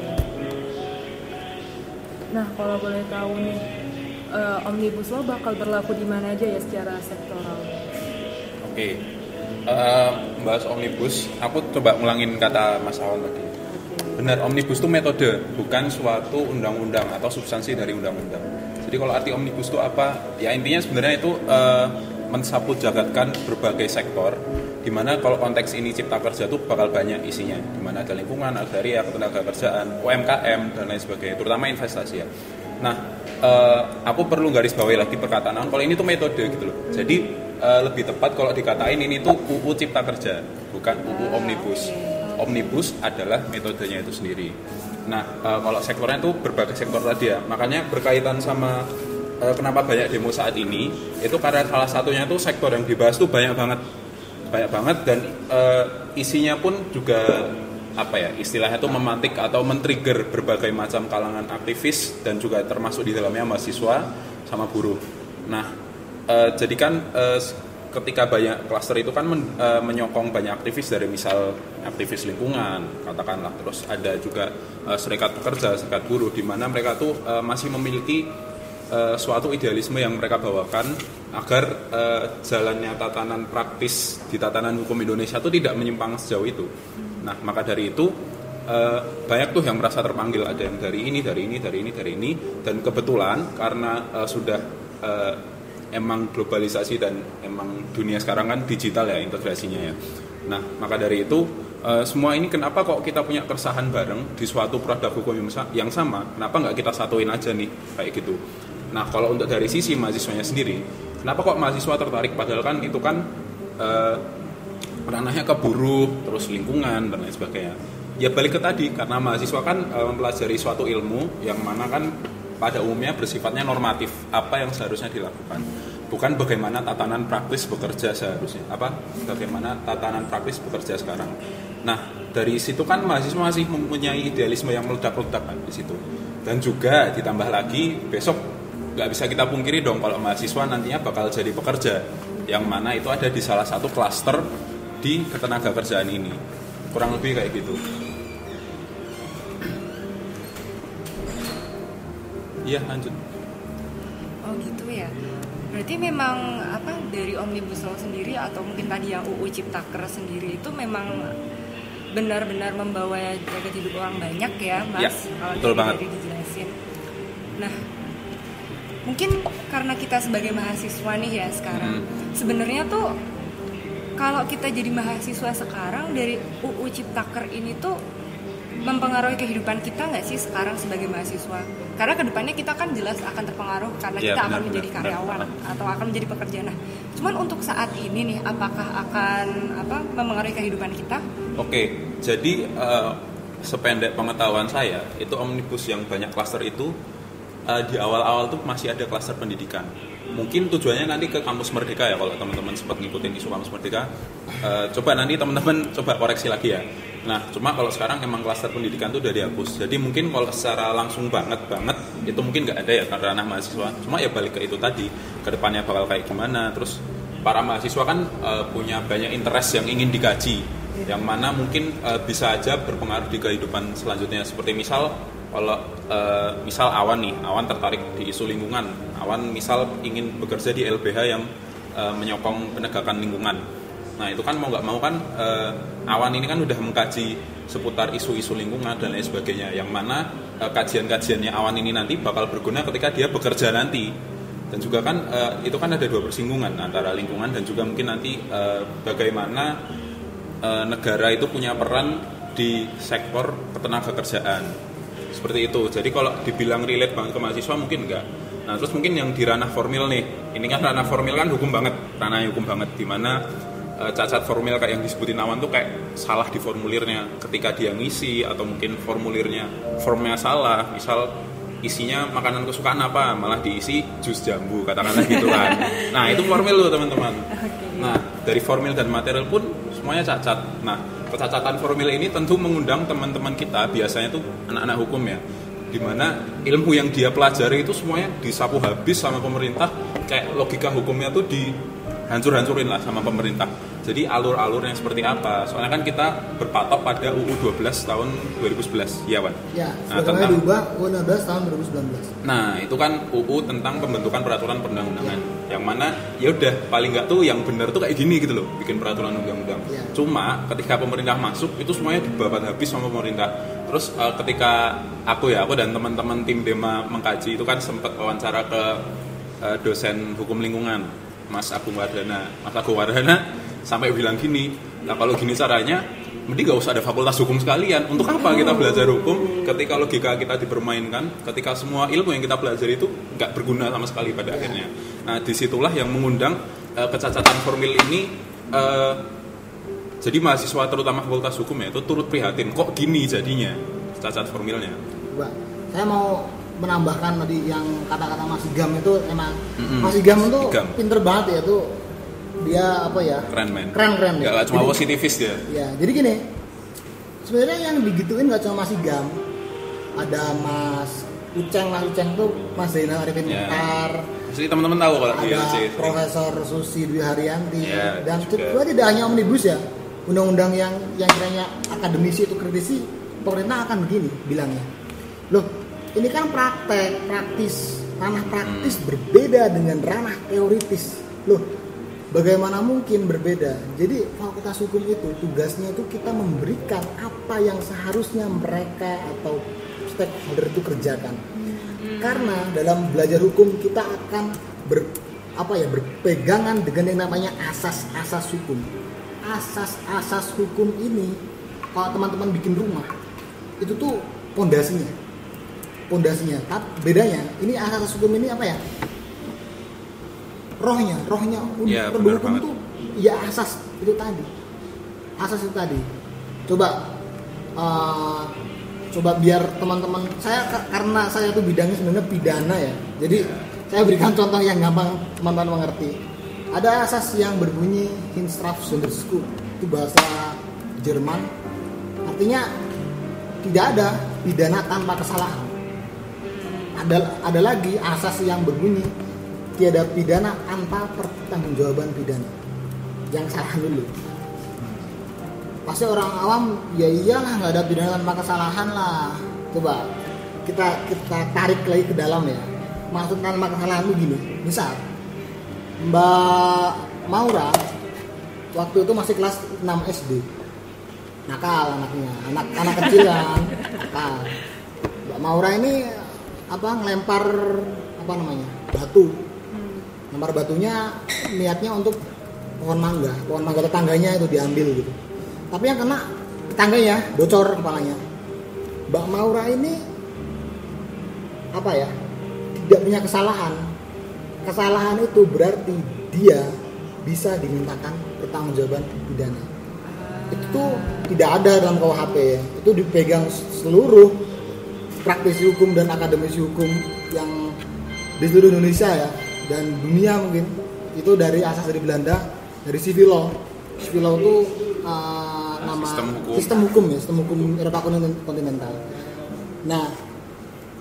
Nah, kalau boleh tahu nih, uh, omnibus law bakal berlaku di mana aja ya secara sektoral? Oke. Okay. Uh, bahas omnibus, aku coba ngulangin kata Mas Awan tadi. Benar, omnibus itu metode, bukan suatu undang-undang atau substansi dari undang-undang. Jadi kalau arti omnibus itu apa? Ya intinya sebenarnya itu uh, mensapu jagatkan berbagai sektor, di mana kalau konteks ini cipta kerja itu bakal banyak isinya, di mana ada lingkungan, agraria, ketenaga kerjaan, U M K M dan lain sebagainya, terutama investasi ya. Nah, uh, aku perlu garis bawahi lagi perkataan kalau ini tuh metode gitu loh. Jadi uh, lebih tepat kalau dikatain ini tuh U U Cipta Kerja, bukan U U Omnibus. Omnibus adalah metodenya itu sendiri. Nah, uh, kalau sektornya itu berbagai sektor tadi ya. Makanya berkaitan sama uh, kenapa banyak demo saat ini, itu karena salah satunya itu sektor yang dibahas tuh banyak banget. Banyak banget dan uh, isinya pun juga apa ya, istilahnya itu memantik atau men-trigger berbagai macam kalangan aktivis dan juga termasuk di dalamnya mahasiswa sama buruh. Nah, uh, jadi kan uh, ketika banyak klaster itu kan men, uh, menyokong banyak aktivis dari misal aktivis lingkungan katakanlah, terus ada juga uh, serikat pekerja, serikat buruh, di mana mereka tuh uh, masih memiliki uh, suatu idealisme yang mereka bawakan agar uh, jalannya tatanan praktis di tatanan hukum Indonesia itu tidak menyimpang sejauh itu. Nah, maka dari itu uh, banyak tuh yang merasa terpanggil, ada yang dari ini, dari ini, dari ini, dari ini, dan kebetulan karena uh, sudah uh, emang globalisasi dan emang dunia sekarang kan digital ya integrasinya ya. Nah, maka dari itu uh, semua ini kenapa kok kita punya keresahan bareng di suatu produk hukum yang sama, kenapa nggak kita satuin aja nih kayak gitu. Nah, kalau untuk dari sisi mahasiswanya sendiri, kenapa kok mahasiswa tertarik, padahal kan itu kan uh, ranahnya ke buruh, terus lingkungan dan lain sebagainya. Ya balik ke tadi, karena mahasiswa kan uh, mempelajari suatu ilmu yang mana kan pada umumnya bersifatnya normatif, apa yang seharusnya dilakukan, bukan bagaimana tatanan praktis bekerja seharusnya, apa bagaimana tatanan praktis bekerja sekarang. Nah, dari situ kan mahasiswa masih mempunyai idealisme yang meledak-ledak kan di situ. Dan juga ditambah lagi besok nggak bisa kita pungkiri dong kalau mahasiswa nantinya bakal jadi pekerja, yang mana itu ada di salah satu klaster di ketenaga kerjaan ini, kurang lebih kayak gitu. Iya, lanjut. Oh gitu ya. Berarti memang apa dari Omnibus Law sendiri atau mungkin tadi yang U U Ciptaker sendiri itu memang benar-benar membawa jagat hidup orang banyak ya, Mas? Ya, kalau betul dari, banget. Dari dijelasin. Nah, mungkin karena kita sebagai mahasiswa nih ya sekarang, hmm. sebenarnya tuh kalau kita jadi mahasiswa sekarang dari U U Ciptaker ini tuh mempengaruhi kehidupan kita nggak sih sekarang sebagai mahasiswa? Karena kedepannya kita kan jelas akan terpengaruh karena ya, kita benar, akan menjadi benar, karyawan benar. atau akan menjadi pekerja. Nah, cuman untuk saat ini nih, apakah akan apa mempengaruhi kehidupan kita? Oke, jadi uh, sependek pengetahuan saya, itu omnibus yang banyak klaster itu uh, di awal-awal tuh masih ada klaster pendidikan. Mungkin tujuannya nanti ke kampus Merdeka ya, kalau teman-teman sempat ngikutin isu kampus Merdeka. Uh, coba nanti teman-teman coba koreksi lagi ya. Nah, cuma kalau sekarang emang klaster pendidikan itu udah dihapus. Jadi mungkin kalau secara langsung banget banget itu mungkin nggak ada ya karena ranah mahasiswa. Cuma ya balik ke itu tadi, ke depannya bakal kayak gimana. Terus para mahasiswa kan uh, punya banyak interest yang ingin dikaji, yang mana mungkin uh, bisa aja berpengaruh di kehidupan selanjutnya. Seperti misal kalau uh, misal Awan nih, Awan tertarik di isu lingkungan, Awan misal ingin bekerja di L B H yang uh, menyokong penegakan lingkungan. Nah itu kan mau nggak mau kan uh, Awan ini kan udah mengkaji seputar isu-isu lingkungan dan lain sebagainya, yang mana uh, kajian-kajiannya Awan ini nanti bakal berguna ketika dia bekerja nanti. Dan juga kan uh, itu kan ada dua persinggungan antara lingkungan dan juga mungkin nanti uh, bagaimana uh, negara itu punya peran di sektor ketenagakerjaan seperti itu. Jadi kalau dibilang relate banget ke mahasiswa mungkin enggak. Nah terus mungkin yang di ranah formil nih, ini kan ranah formil kan hukum banget, ranah hukum banget, dimana uh, cacat formil kayak yang disebutin Awan tuh kayak salah di formulirnya ketika dia ngisi, atau mungkin formulirnya formnya salah, misal isinya makanan kesukaan apa, malah diisi jus jambu, katakanlah gitu kan. Nah itu formil loh teman-teman. Nah dari formil dan material pun semuanya cacat. Nah kecacatan formil ini tentu mengundang teman-teman kita, biasanya tuh anak-anak hukum ya, dimana ilmu yang dia pelajari itu semuanya disapu habis sama pemerintah, kayak logika hukumnya tuh dihancur-hancurin lah sama pemerintah. Jadi alur-alurnya seperti apa? Soalnya kan kita berpatok pada U U dua belas tahun dua ribu sebelas, ya Wan? Ya, nah, tentang diubah U U enam belas tahun dua ribu sembilan belas. Nah, itu kan U U tentang pembentukan peraturan perundang-undangan. Ya. Yang mana ya udah paling nggak tuh yang benar tuh kayak gini gitu loh, bikin peraturan undang-undang. Ya. Cuma ketika pemerintah masuk itu semuanya dibabat habis sama pemerintah. Terus uh, ketika aku ya, aku dan teman-teman tim Dema mengkaji itu kan sempat wawancara ke uh, dosen hukum lingkungan, Mas Agung Wardana. Mas Agung Wardana sampai bilang gini, nah kalau gini caranya, mending gak usah ada fakultas hukum sekalian. Untuk apa kita belajar hukum ketika logika kita dipermainkan, ketika semua ilmu yang kita pelajari itu gak berguna sama sekali pada akhirnya. Nah disitulah yang mengundang uh, kecacatan formil ini. Uh, jadi mahasiswa terutama fakultas hukum ya itu turut prihatin, kok gini jadinya cacat formilnya. Mbak, saya mau menambahkan tadi yang kata-kata Mas Igam itu emang mm-hmm. Mas Igam itu Igam. pinter banget ya tuh. Dia apa ya? Keren men. Keren-keren ya. Gak cuma positivis dia. Ya, jadi gini. Sebenarnya yang digituin gak cuma Mas Igam. Ada Mas Uceng, Mas Uceng tuh Mas Zainal Arifin Mukhtar. Ya. Jadi teman-teman tahu kalau dia ada Profesor Susi Dwi Haryanti. Ya, dan juga. Juga tidak hanya omnibus ya. Undang-undang yang yang kiranya akademisi itu kritisi, pemerintah akan begini bilangnya. Loh, ini kan praktek, praktis. Ranah praktis hmm. berbeda dengan ranah teoritis. Loh, bagaimana mungkin berbeda? Jadi fakultas hukum itu tugasnya itu kita memberikan apa yang seharusnya mereka atau stakeholder itu kerjakan. Karena dalam belajar hukum kita akan ber, apa ya berpegangan dengan yang namanya asas-asas hukum. Asas-asas hukum ini kalau teman-teman bikin rumah itu tuh pondasinya. Pondasinya. Tapi bedanya ini asas hukum ini apa ya? rohnya, rohnya ya, produk hukum itu ya asas itu tadi, asas itu tadi. Coba, uh, coba biar teman-teman saya karena saya tuh bidangnya sebenarnya pidana ya, jadi saya berikan contoh yang gampang teman-teman mengerti. Ada asas yang berbunyi Hinstrafsonderschule, itu bahasa Jerman, artinya tidak ada pidana tanpa kesalahan. Ada ada lagi asas yang berbunyi tiada pidana tanpa pertanggungjawaban pidana. Yang salah dulu. Pasti orang awam ya iyalah nggak ada pidana tanpa kesalahan lah. Coba kita kita tarik lagi ke dalam ya. Maksud tanpa kesalahan itu gini. Misal Mbak Maura waktu itu masih kelas enam S D. Nakal anaknya, anak anak kecil kan. Nakal. Mbak Maura ini apa ngelempar apa namanya? Batu. Lempar batunya niatnya untuk pohon mangga, pohon mangga tetangganya itu diambil gitu. Tapi yang kena tetangganya bocor kepalanya. Mbak Maura ini apa ya? Tidak punya kesalahan. Kesalahan itu berarti dia bisa dimintakan pertanggungjawaban pidana. Itu tuh tidak ada dalam K U H P ya. Itu dipegang seluruh praktisi hukum dan akademisi hukum yang di seluruh Indonesia ya. Dan dunia mungkin itu dari asas dari Belanda, dari civil law. Civil law itu uh, nama sistem hukum. sistem hukum ya, sistem hukum Eropa kontinental. Nah,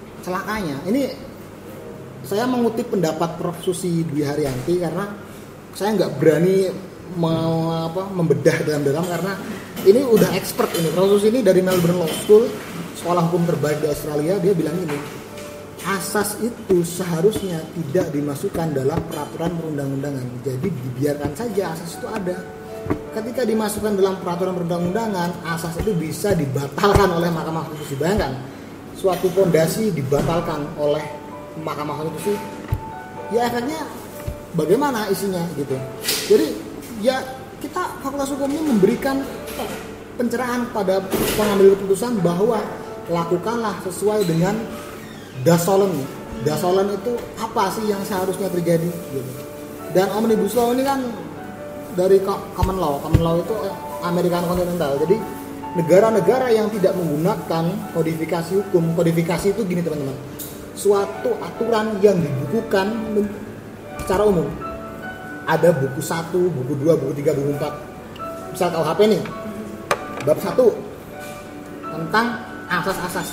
celakanya ini saya mengutip pendapat Prof Susi Dwi Haryanti karena saya nggak berani mau apa membedah dalam-dalam karena ini udah expert ini. Profesor ini dari Melbourne Law School, sekolah hukum terbaik di Australia, dia bilang ini, asas itu seharusnya tidak dimasukkan dalam peraturan perundang-undangan. Jadi dibiarkan saja asas itu ada. Ketika dimasukkan dalam peraturan perundang-undangan, asas itu bisa dibatalkan oleh Mahkamah Konstitusi. Bayangkan, suatu fondasi dibatalkan oleh Mahkamah Konstitusi, ya efeknya bagaimana isinya gitu. Jadi ya kita Fakultas Hukum ini memberikan pencerahan pada pengambil keputusan bahwa lakukanlah sesuai dengan dasolen. Dasolen itu apa sih yang seharusnya terjadi gitu. Dan Omnibus Law ini kan dari common law. Common law itu American Continental. Jadi negara-negara yang tidak menggunakan kodifikasi hukum, kodifikasi itu gini teman-teman, suatu aturan yang dibukukan secara umum. Ada buku satu, buku dua, buku tiga, buku empat. Misal K U H P nih, bab satu tentang asas-asas.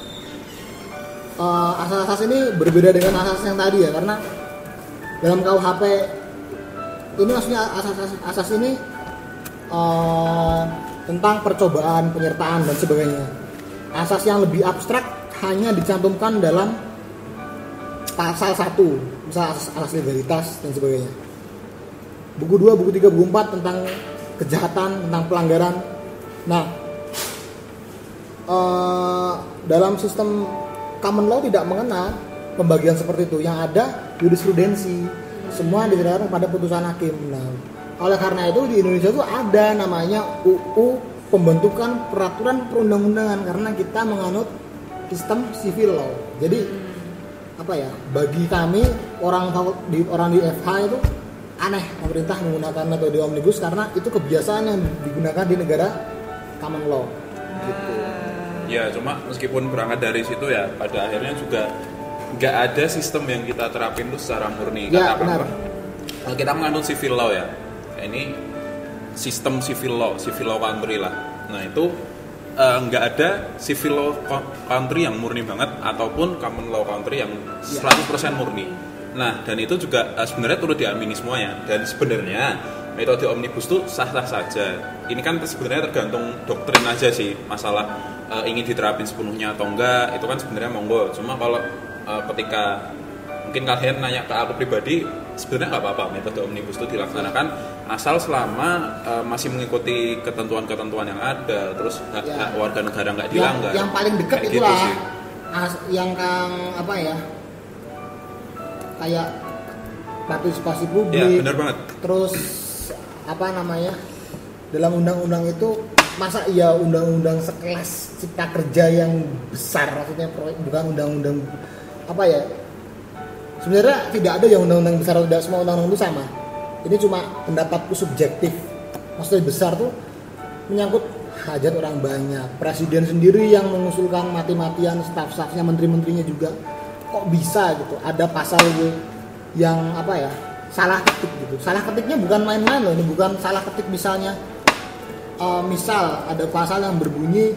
Uh, asas-asas ini berbeda dengan asas yang tadi ya, karena dalam K U H P ini maksudnya asas-asas asas ini uh, tentang percobaan, penyertaan dan sebagainya. Asas yang lebih abstrak hanya dicantumkan dalam pasal satu, misal asas, asas legalitas dan sebagainya. Buku dua, buku tiga, buku empat tentang kejahatan, tentang pelanggaran. Nah, uh, dalam sistem common law tidak mengenal pembagian seperti itu. Yang ada jurisprudensi, semua didasarkan pada putusan hakim. Nah, oleh karena itu di Indonesia itu ada namanya U U pembentukan peraturan perundang-undangan karena kita menganut sistem civil law. Jadi apa ya? Bagi kami orang di orang di F H itu aneh pemerintah menggunakan metode omnibus karena itu kebiasaan yang digunakan di negara common law. Gitu. Ya, cuma meskipun berangkat dari situ ya, pada akhirnya juga nggak ada sistem yang kita terapin itu secara murni. Ya, katakan benar. Kalau kita menganut civil law ya, ini sistem civil law, civil law country lah. Nah itu uh, nggak ada civil law country yang murni banget ataupun common law country yang seratus persen murni. Nah dan itu juga uh, sebenarnya turut diamini semuanya. Dan sebenarnya metode omnibus itu sah-sah saja. Ini kan sebenarnya tergantung doktrin aja sih, masalah uh, ingin diterapin sepenuhnya atau enggak. Itu kan sebenarnya monggo. Cuma kalau uh, ketika mungkin kalian nanya ke aku pribadi, sebenarnya nggak apa-apa metode omnibus itu dilaksanakan asal selama uh, masih mengikuti ketentuan-ketentuan yang ada, terus hak ya. warga negara nggak Yang, dilanggar. yang paling dekat Kayak itulah gitu sih. as, yang kang apa ya kayak partisipasi publik. Ya benar banget. Terus apa namanya dalam undang-undang itu masa iya undang-undang sekelas cipta kerja yang besar, maksudnya bukan undang-undang apa ya, sebenarnya tidak ada yang undang-undang besar, tidak semua undang-undang itu sama. Ini cuma pendapatku subjektif, maksudnya besar tuh menyangkut hajat orang banyak. Presiden sendiri yang mengusulkan mati-matian, staf-stafnya, menteri-menterinya juga kok bisa gitu, ada pasal itu yang apa ya salah ketik gitu. Salah ketiknya bukan main-main loh, ini bukan salah ketik misalnya uh, misal ada pasal yang berbunyi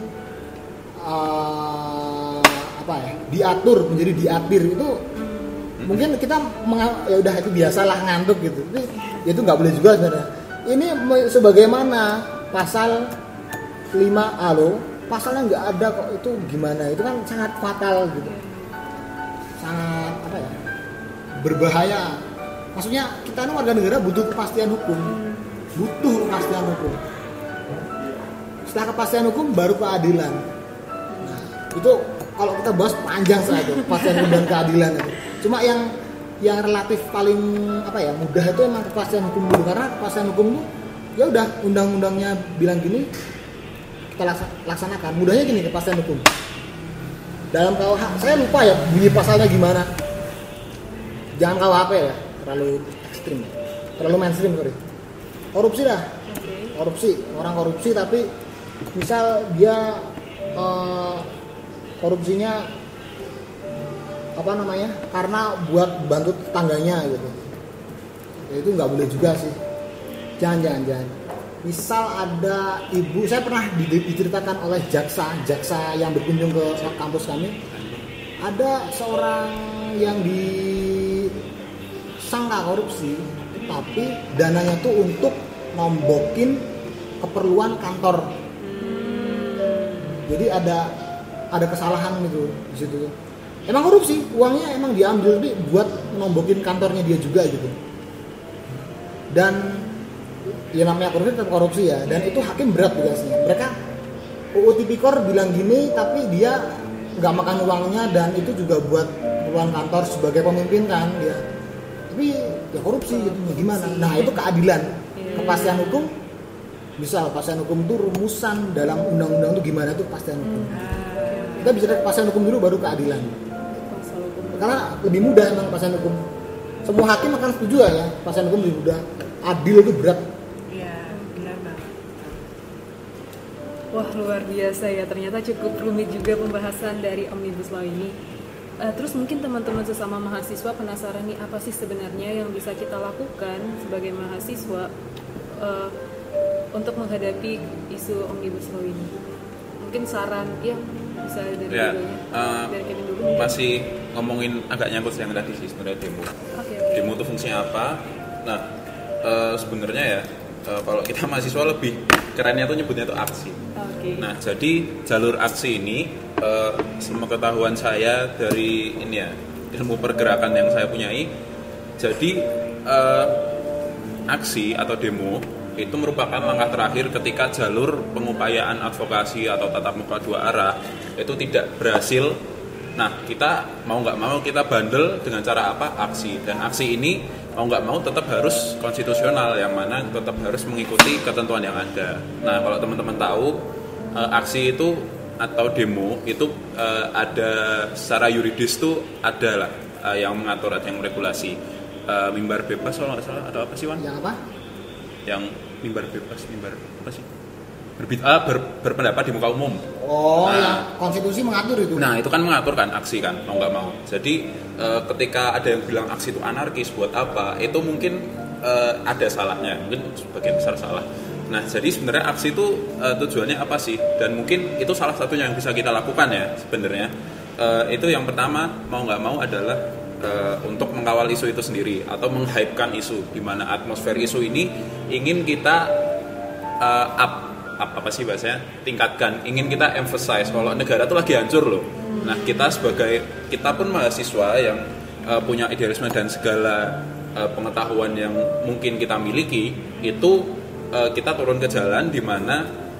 uh, apa ya diatur menjadi diatir, itu mungkin kita menga- ya udah itu biasalah ngantuk gitu, tapi ya itu nggak boleh juga sebenarnya. Ini sebagaimana pasal lima A loh, pasalnya nggak ada kok, itu gimana, itu kan sangat fatal gitu, sangat apa ya berbahaya. Maksudnya kita ini warga negara butuh kepastian hukum, butuh kepastian hukum. Setelah kepastian hukum baru keadilan. Nah, itu kalau kita bahas panjang saja kepastian hukum dan keadilan itu. Cuma yang yang relatif paling apa ya mudah itu emang kepastian hukum dulu, karena kepastian hukum itu ya udah undang-undangnya bilang gini kita laksanakan. Mudahnya gini kepastian hukum. Dalam K U H P saya lupa ya bunyi pasalnya gimana. Jangan K U H P ya, terlalu ekstrim, terlalu mainstream sorry. Korupsi dah, korupsi orang korupsi tapi misal dia uh, korupsinya apa namanya karena buat bantu tetangganya gitu, ya itu nggak boleh juga sih. Jangan jangan jangan. Misal ada ibu, saya pernah diceritakan oleh jaksa jaksa yang berkunjung ke kampus kami, ada seorang yang disangka korupsi itu tapi dananya tuh untuk nombokin keperluan kantor. Jadi ada ada kesalahan gitu di situ. Emang korupsi, uangnya emang diambil nih buat nombokin kantornya dia juga gitu. Dan ya namanya korupsi tetap korupsi ya, dan itu hakim berat tugasnya. Mereka U U Tipikor bilang gini, tapi dia nggak makan uangnya, dan itu juga buat keperluan kantor sebagai pemimpin kan dia. Tapi ya korupsi gitu, gimana? Nah itu keadilan, kepastian hukum. Misal kepastian hukum itu rumusan dalam undang-undang itu gimana tuh kepastian hukum. Kita bisa lihat kepastian hukum dulu baru keadilan. Karena lebih mudah emang kepastian hukum. Semua hakim akan setuju ya, kepastian hukum lebih mudah. Adil itu berat. Iya, benar banget. Wah, luar biasa ya. Ternyata cukup rumit juga pembahasan dari Omnibus Law ini. Uh, terus mungkin teman-teman sesama mahasiswa penasaran nih, apa sih sebenarnya yang bisa kita lakukan sebagai mahasiswa uh, untuk menghadapi isu Omnibus Law ini? Mungkin saran, ya bisa dari ya, dulu uh, dari Kevin dulu. Masih ngomongin agak nyangkut yang tadi sih sebenarnya demo. Okay, okay. Demo itu fungsinya apa? Nah, uh, sebenarnya ya uh, kalau kita mahasiswa lebih kerennya tuh nyebutnya tuh aksi. Okay. Nah, jadi jalur aksi ini uh, semua ketahuan saya dari ini ya ilmu pergerakan yang saya punyai. Jadi uh, aksi atau demo itu merupakan langkah terakhir ketika jalur pengupayaan advokasi atau tatap muka dua arah itu tidak berhasil. Nah, kita mau nggak mau kita bandel dengan cara apa? Aksi. Dan aksi ini mau nggak mau tetap harus konstitusional, yang mana tetap harus mengikuti ketentuan yang ada. Nah, kalau teman-teman tahu, aksi itu atau demo itu ada secara yuridis tuh ada lah yang mengatur, ada yang regulasi. Mimbar bebas kalau nggak salah, atau apa sih Wan? Yang apa? Yang mimbar bebas, mimbar apa sih? Berbeda, ber, berpendapat di muka umum. Oh, nah, yang konstitusi mengatur itu. Nah, itu kan mengatur kan aksi kan, mau nggak mau. Jadi e, ketika ada yang bilang aksi itu anarkis, buat apa? Itu mungkin e, ada salahnya, mungkin sebagian besar salah. Nah, jadi sebenarnya aksi itu e, tujuannya apa sih? Dan mungkin itu salah satunya yang bisa kita lakukan ya sebenarnya. E, itu yang pertama, mau nggak mau adalah e, untuk mengawal isu itu sendiri atau menghypekan isu, di mana atmosfer isu ini ingin kita e, up apa, apa sih bahasanya, tingkatkan, ingin kita emphasize kalau negara tuh lagi hancur loh. Nah, kita sebagai kita pun mahasiswa yang uh, punya idealisme dan segala uh, pengetahuan yang mungkin kita miliki, itu uh, kita turun ke jalan, di mana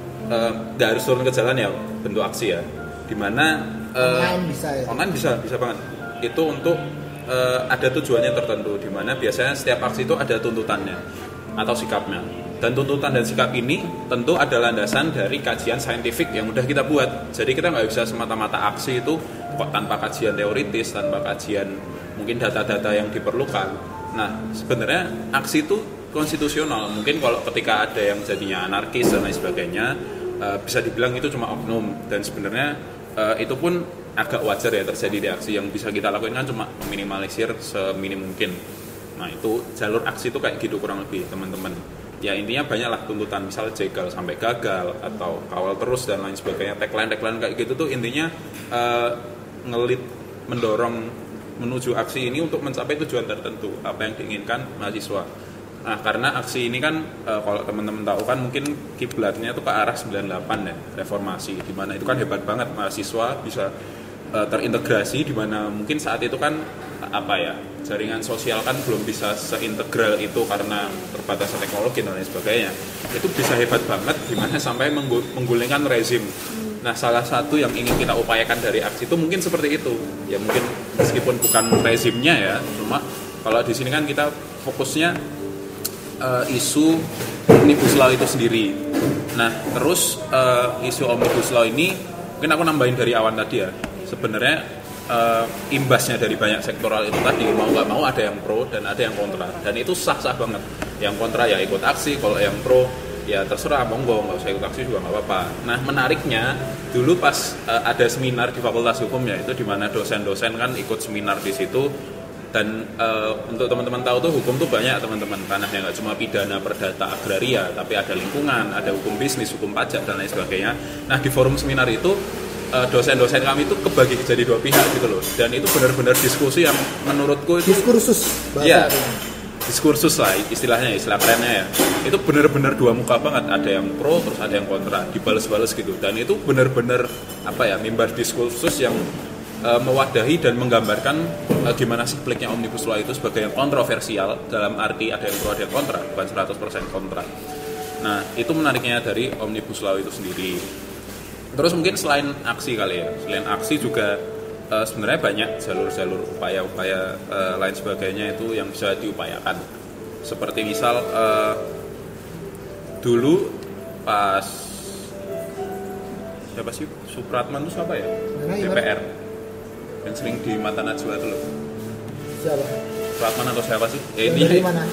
uh, nggak harus turun ke jalan ya bentuk aksi ya, di mana uh, online bisa ya. Online bisa bisa banget. Itu untuk uh, ada tujuannya tertentu, di mana biasanya setiap aksi itu ada tuntutannya atau sikapnya. Dan tuntutan dan sikap ini tentu ada landasan dari kajian saintifik yang udah kita buat. Jadi kita nggak bisa semata-mata aksi itu kok tanpa kajian teoritis, tanpa kajian mungkin data-data yang diperlukan. Nah, sebenarnya aksi itu konstitusional. Mungkin kalau ketika ada yang jadinya anarkis dan lain sebagainya, uh, bisa dibilang itu cuma oknum. Dan sebenarnya uh, itu pun agak wajar ya terjadi di aksi. Yang bisa kita lakukan kan cuma meminimalisir seminim mungkin. Nah, itu jalur aksi itu kayak gitu kurang lebih, teman-teman. Ya, intinya banyaklah tuntutan, misal jegal sampai gagal atau kawal terus dan lain sebagainya. Tagline-tagline kayak gitu tuh intinya uh, ngelit, mendorong menuju aksi ini untuk mencapai tujuan tertentu, apa yang diinginkan mahasiswa. Nah, karena aksi ini kan uh, kalau teman-teman tahu kan mungkin kiblatnya tuh ke arah sembilan puluh delapan ya, reformasi, di mana itu kan hebat banget mahasiswa bisa uh, terintegrasi, di mana mungkin saat itu kan apa ya, jaringan sosial kan belum bisa seintegral itu karena terbatasnya teknologi dan lain sebagainya. Itu bisa hebat banget dimana sampai menggulingkan rezim. Nah, salah satu yang ingin kita upayakan dari aksi itu mungkin seperti itu. Ya mungkin meskipun bukan rezimnya ya, cuma kalau di sini kan kita fokusnya uh, isu Omnibus Law itu sendiri. Nah, terus uh, isu Omnibus Law ini mungkin aku nambahin dari awan tadi ya. Sebenarnya Uh, imbasnya dari banyak sektoral itu tadi, mau nggak mau ada yang pro dan ada yang kontra, dan itu sah-sah banget. Yang kontra ya ikut aksi, kalau yang pro ya terserah, monggo, nggak usah ikut aksi juga nggak apa-apa. Nah, menariknya dulu pas uh, ada seminar di Fakultas Hukum ya, itu di mana dosen-dosen kan ikut seminar di situ. Dan uh, untuk teman-teman tahu tuh hukum tuh banyak teman-teman, tanahnya nggak cuma pidana, perdata, agraria, tapi ada lingkungan, ada hukum bisnis, hukum pajak dan lain sebagainya. Nah, di forum seminar itu dosen-dosen kami itu kebagi jadi dua pihak gitu loh, dan itu benar-benar diskusi yang menurutku itu diskursus ya, diskursus lah istilahnya, istilah kerennya ya, itu benar-benar dua muka banget, ada yang pro terus ada yang kontra, dibales-bales gitu, dan itu benar-benar apa ya, mimbar diskursus yang uh, mewadahi dan menggambarkan uh, gimana sih peliknya Omnibus Law itu sebagai yang kontroversial, dalam arti ada yang pro ada yang kontra, bukan seratus persen kontra. Nah itu menariknya dari Omnibus Law itu sendiri. Terus mungkin selain aksi kali ya, selain aksi juga Uh, sebenarnya banyak jalur-jalur upaya-upaya uh, lain sebagainya itu yang bisa diupayakan. Seperti misal uh, dulu pas siapa sih Supratman itu siapa ya? Gimana, D P R yang sering di Mata Najwa itu loh. Siapa? Supratman atau siapa sih? Ya, Yang dari mana?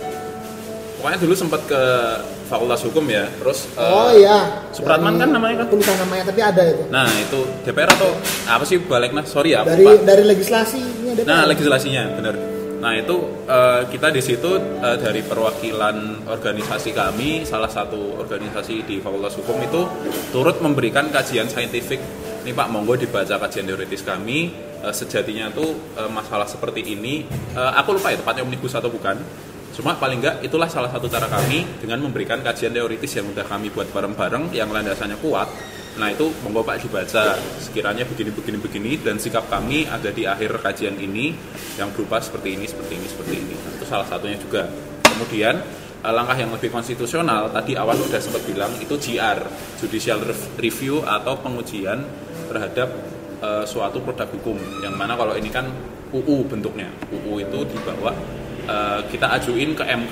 Pokoknya dulu sempat ke Fakultas Hukum ya, terus Oh uh, iya. Supratman kan namanya kan? Tulisan namanya tapi ada itu. Nah itu D P R atau apa sih Baleknas? Sorry ya. Dari Pak. dari legislasinya D P R. Nah legislasinya benar. Nah itu uh, kita di situ uh, dari perwakilan organisasi kami, salah satu organisasi di Fakultas Hukum itu turut memberikan kajian saintifik. Nih Pak, monggo dibaca kajian teoritis kami. Uh, sejatinya tuh uh, masalah seperti ini. Uh, aku lupa ya tepatnya omnibus atau bukan. Cuma paling enggak itulah salah satu cara kami dengan memberikan kajian teoritis yang udah kami buat bareng-bareng yang landasannya kuat. Nah itu monggo Pak dibaca sekiranya begini-begini-begini dan sikap kami ada di akhir kajian ini yang berupa seperti ini, seperti ini, seperti ini. Nah, itu salah satunya juga. Kemudian langkah yang lebih konstitusional tadi awal udah sempat bilang itu J R, Judicial Review atau pengujian terhadap uh, suatu produk hukum. Yang mana kalau ini kan U U bentuknya, U U itu dibawa Uh, kita ajuin ke M K.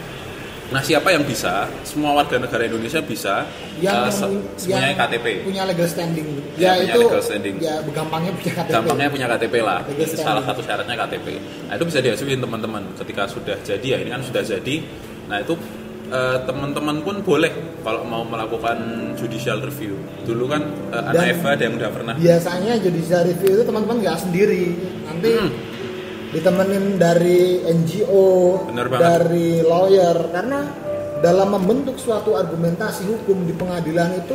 Nah siapa yang bisa? Semua warga negara Indonesia bisa yang, uh, se- semuanya K T P. Punya legal standing. Ya, Ya, punya itu legal standing. Ya gampangnya punya K T P. Gampangnya punya K T P lah. Legal Itu salah satu syaratnya K T P. Nah itu bisa diajuin teman-teman ketika sudah jadi ya. Ini kan sudah jadi. Nah itu uh, teman-teman pun boleh kalau mau melakukan judicial review. Dulu kan uh, anak Eva ada yang udah pernah. Biasanya judicial review itu teman-teman nggak sendiri. Nanti hmm. ditemenin dari N G O, dari lawyer, karena dalam membentuk suatu argumentasi hukum di pengadilan itu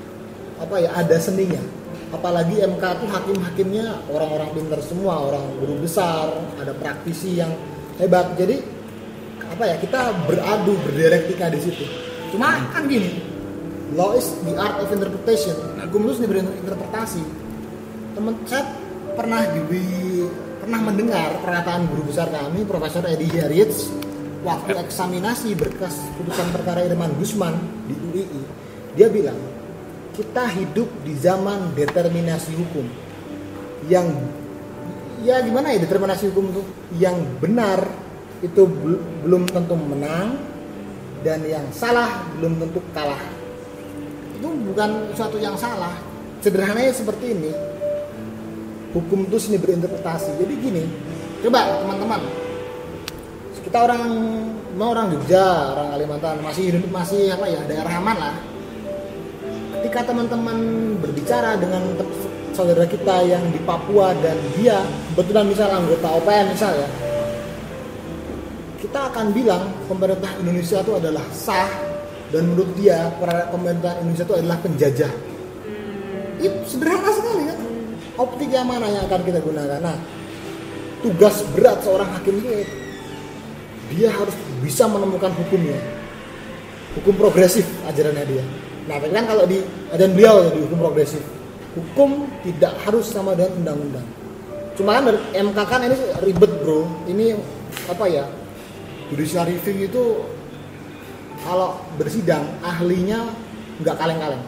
apa ya, ada seninya. Apalagi M K itu hakim-hakimnya orang-orang pintar semua, orang guru besar, ada praktisi yang hebat. Jadi apa ya, kita beradu, berdialektika di situ. Cuma kan gini, law is the art of interpretation. Hukum itu sendiri berinterpretasi. Teman saya pernah di pernah mendengar pernyataan guru besar kami, Profesor Edi Hyaritz, waktu eksaminasi berkas putusan perkara Irman Gusman di U I I. Dia bilang, kita hidup di zaman determinasi hukum. Yang, ya gimana ya determinasi hukum itu? Yang benar itu belum tentu menang, dan yang salah belum tentu kalah. Itu bukan suatu yang salah. Sederhananya seperti ini. Hukum itu seni berinterpretasi. Jadi gini, coba teman-teman, kita orang mau orang Jogja, orang Kalimantan, masih hidup masih apa ya, daerah aman lah. Ketika teman-teman berbicara dengan saudara kita yang di Papua dan dia kebetulan misal anggota O P M misal ya, kita akan bilang pemerintah Indonesia itu adalah sah, dan menurut dia pemerintah Indonesia itu adalah penjajah. Itu sederhana sekali kan. Optik yang mana yang akan kita gunakan? Nah, tugas berat seorang hakim itu, dia harus bisa menemukan hukumnya, hukum progresif ajarannya dia. Nah, tapi kan kalau di ajaran beliau di hukum progresif, hukum tidak harus sama dengan undang-undang. Cuma kan dari M K kan ini ribet bro, ini apa ya? Judicial review itu kalau bersidang ahlinya nggak kaleng-kaleng,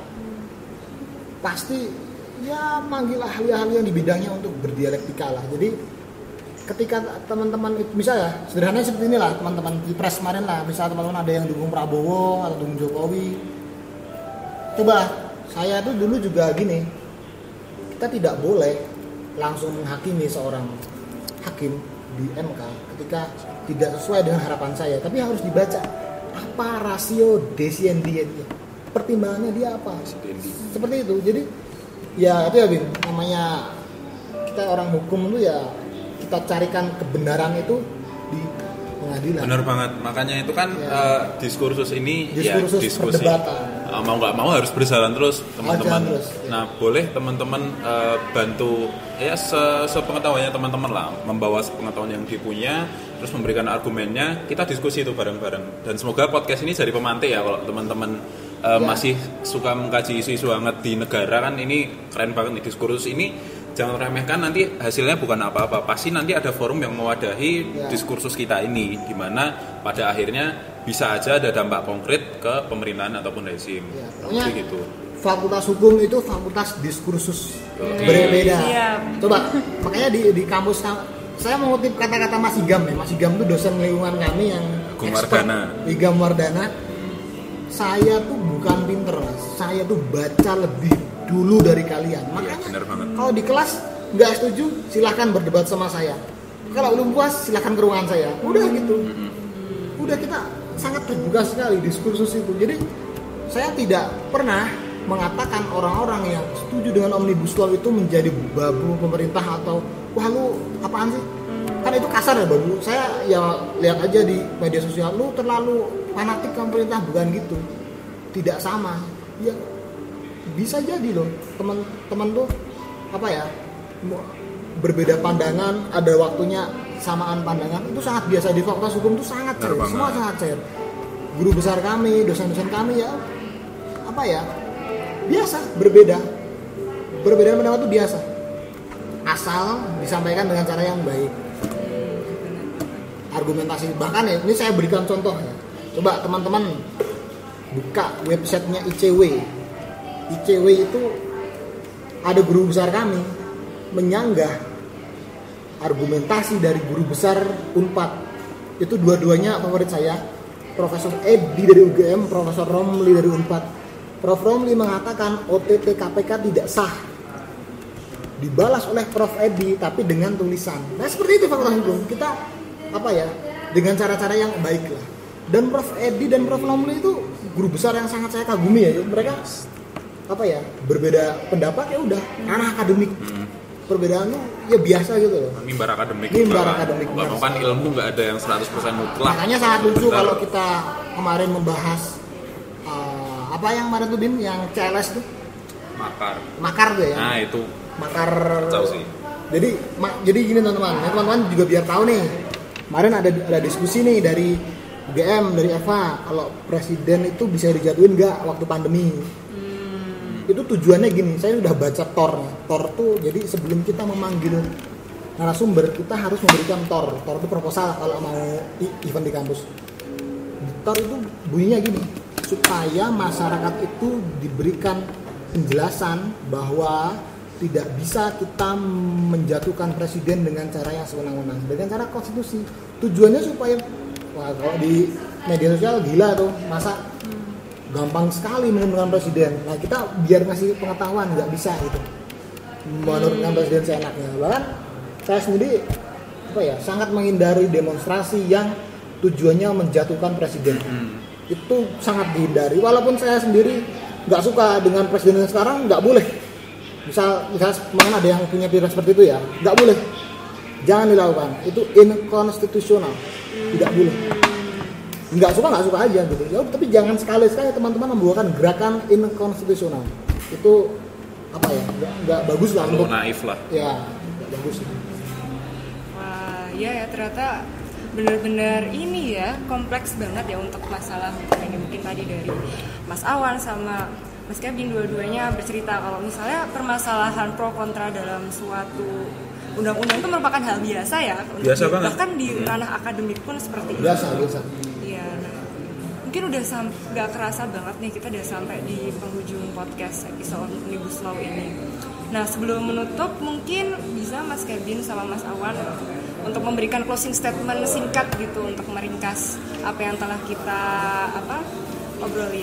pasti ya manggil ahli-ahli yang di bidangnya untuk berdialektika lah. Jadi ketika teman-teman itu misalnya sederhananya seperti inilah, teman-teman di press kemarin lah, misalnya teman-teman ada yang dukung Prabowo atau dukung Jokowi, coba saya tuh dulu juga gini, kita tidak boleh langsung menghakimi seorang hakim di M K ketika tidak sesuai dengan harapan saya, tapi harus dibaca apa rasio desiendi dia, pertimbangannya dia apa, seperti itu. Jadi ya itu ya Bin, namanya kita orang hukum itu ya kita carikan kebenaran itu di pengadilan. Benar banget, makanya itu kan ya. uh, diskursus ini diskursus ya diskusi perdebatan. uh, mau nggak mau harus berjalan terus teman-teman. terus, ya. Nah boleh teman-teman uh, bantu ya se- sepengetahuannya teman-teman lah, membawa sepengetahuan yang dipunya, terus memberikan argumennya, kita diskusi itu bareng-bareng. Dan semoga podcast ini jadi pemantik ya kalau teman-teman uh, ya. masih suka mengkaji isu-isu hangat di negara kan, ini keren banget nih diskursus ini. Jangan remehkan, nanti hasilnya bukan apa-apa. Pasti nanti ada forum yang mewadahi ya. diskursus kita ini, di mana pada akhirnya bisa aja ada dampak konkret ke pemerintahan ataupun rezim. Ya, pokoknya gitu. Fakultas hukum itu fakultas diskursus Oke. berbeda. Siap. Coba, makanya di di kampus saya mengutip kata-kata Mas Igam ya. Mas Igam itu dosen lingkungan kami yang expert. Igam Wardana. Saya tuh bukan pinter, Mas. Saya tuh baca lebih dulu dari kalian. Makanya ya, kalau di kelas nggak setuju, silahkan berdebat sama saya. Kalau belum puas, silahkan ke ruangan saya. Udah gitu. Udah, kita sangat terbuka sekali diskursus itu. Jadi saya tidak pernah mengatakan orang-orang yang setuju dengan Omnibus Law itu menjadi babu pemerintah atau wah lu apaan sih? Kan itu kasar ya babu. Saya ya lihat aja di media sosial, lu terlalu fanatik sama pemerintah, bukan gitu. Tidak sama. Ya bisa jadi loh teman-teman tuh apa ya berbeda pandangan, ada waktunya samaan pandangan, itu sangat biasa di fakultas hukum, itu sangat cair, semua sangat cair. Guru besar kami, dosen-dosen kami ya apa ya biasa berbeda berbeda pendapat itu biasa, asal disampaikan dengan cara yang baik, argumentasi. Bahkan ya ini saya berikan contoh ya, coba teman-teman buka websitenya I C W. I C W itu ada guru besar kami menyanggah argumentasi dari guru besar Unpad. Itu dua-duanya favorit saya, Profesor Edi dari U G M, Profesor Romli dari Unpad. Prof Romli mengatakan O T T K P K tidak sah. Dibalas oleh Prof Edi tapi dengan tulisan. Nah seperti itu fakultas hukum. Kita apa ya dengan cara-cara yang baik lah. Dan Prof Edi dan Prof Romli itu guru besar yang sangat saya kagumi ya. Mereka apa ya berbeda pendapat ya udah karena akademik. Hmm. Perbedaannya ya biasa gitu loh. Mimbar akademik. Mimbar akademik. Nggak mau kan ilmu nggak ada yang seratus persen mutlak. Makanya sangat lucu benar. Kalau kita kemarin membahas uh, apa yang kemarin tuh Bin yang C L S tuh. Makar. Makar tuh ya. Nah itu. Makar. Tahu sih. Jadi ma- jadi gini teman-teman, ya, teman-teman juga biar tahu nih. Kemarin ada ada diskusi nih dari U G M, dari Eva, kalau presiden itu bisa dijatuhin nggak waktu pandemi. Itu tujuannya gini, saya udah baca T O R-nya. T O R tuh jadi sebelum kita memanggil narasumber, kita harus memberikan T O R. T O R itu proposal kalau mau event di kampus. T O R itu bunyinya gini, supaya masyarakat itu diberikan penjelasan bahwa tidak bisa kita menjatuhkan presiden dengan cara yang sewenang-wenang, dengan cara konstitusi. Tujuannya supaya, wah kalau di media sosial gila tuh, masa gampang sekali menentukan presiden. Nah kita biar ngasih pengetahuan nggak bisa gitu menentukan presiden seenaknya. Bahkan saya sendiri apa ya sangat menghindari demonstrasi yang tujuannya menjatuhkan presiden. Hmm. Itu sangat dihindari. Walaupun saya sendiri nggak suka dengan presiden yang sekarang, nggak boleh. Misal misal mana ada yang punya pikiran seperti itu ya, nggak boleh. Jangan dilakukan. Itu inkonstitusional. Tidak boleh. Nggak suka nggak suka aja gitu ya, tapi jangan sekali-sekali teman-teman membuahkan gerakan inkonstitusional. Itu apa ya nggak, nggak bagus lah untuk naif lah ya nggak bagus. Wah ya ya ternyata benar-benar ini ya kompleks banget ya untuk masalah hukum ini. Mungkin tadi dari Mas Awan sama Mas Kevin dua-duanya bercerita kalau misalnya permasalahan pro kontra dalam suatu undang-undang itu merupakan hal biasa ya, biasa di, banget. Bahkan di ranah akademik pun seperti itu. Biasa biasa. Iya, nah, mungkin udah sam- gak kerasa banget nih kita udah sampai di penghujung podcast episode Omnibus Law ini. Nah sebelum menutup mungkin bisa Mas Kevin sama Mas Awan untuk memberikan closing statement singkat gitu untuk meringkas apa yang telah kita apa obrolin.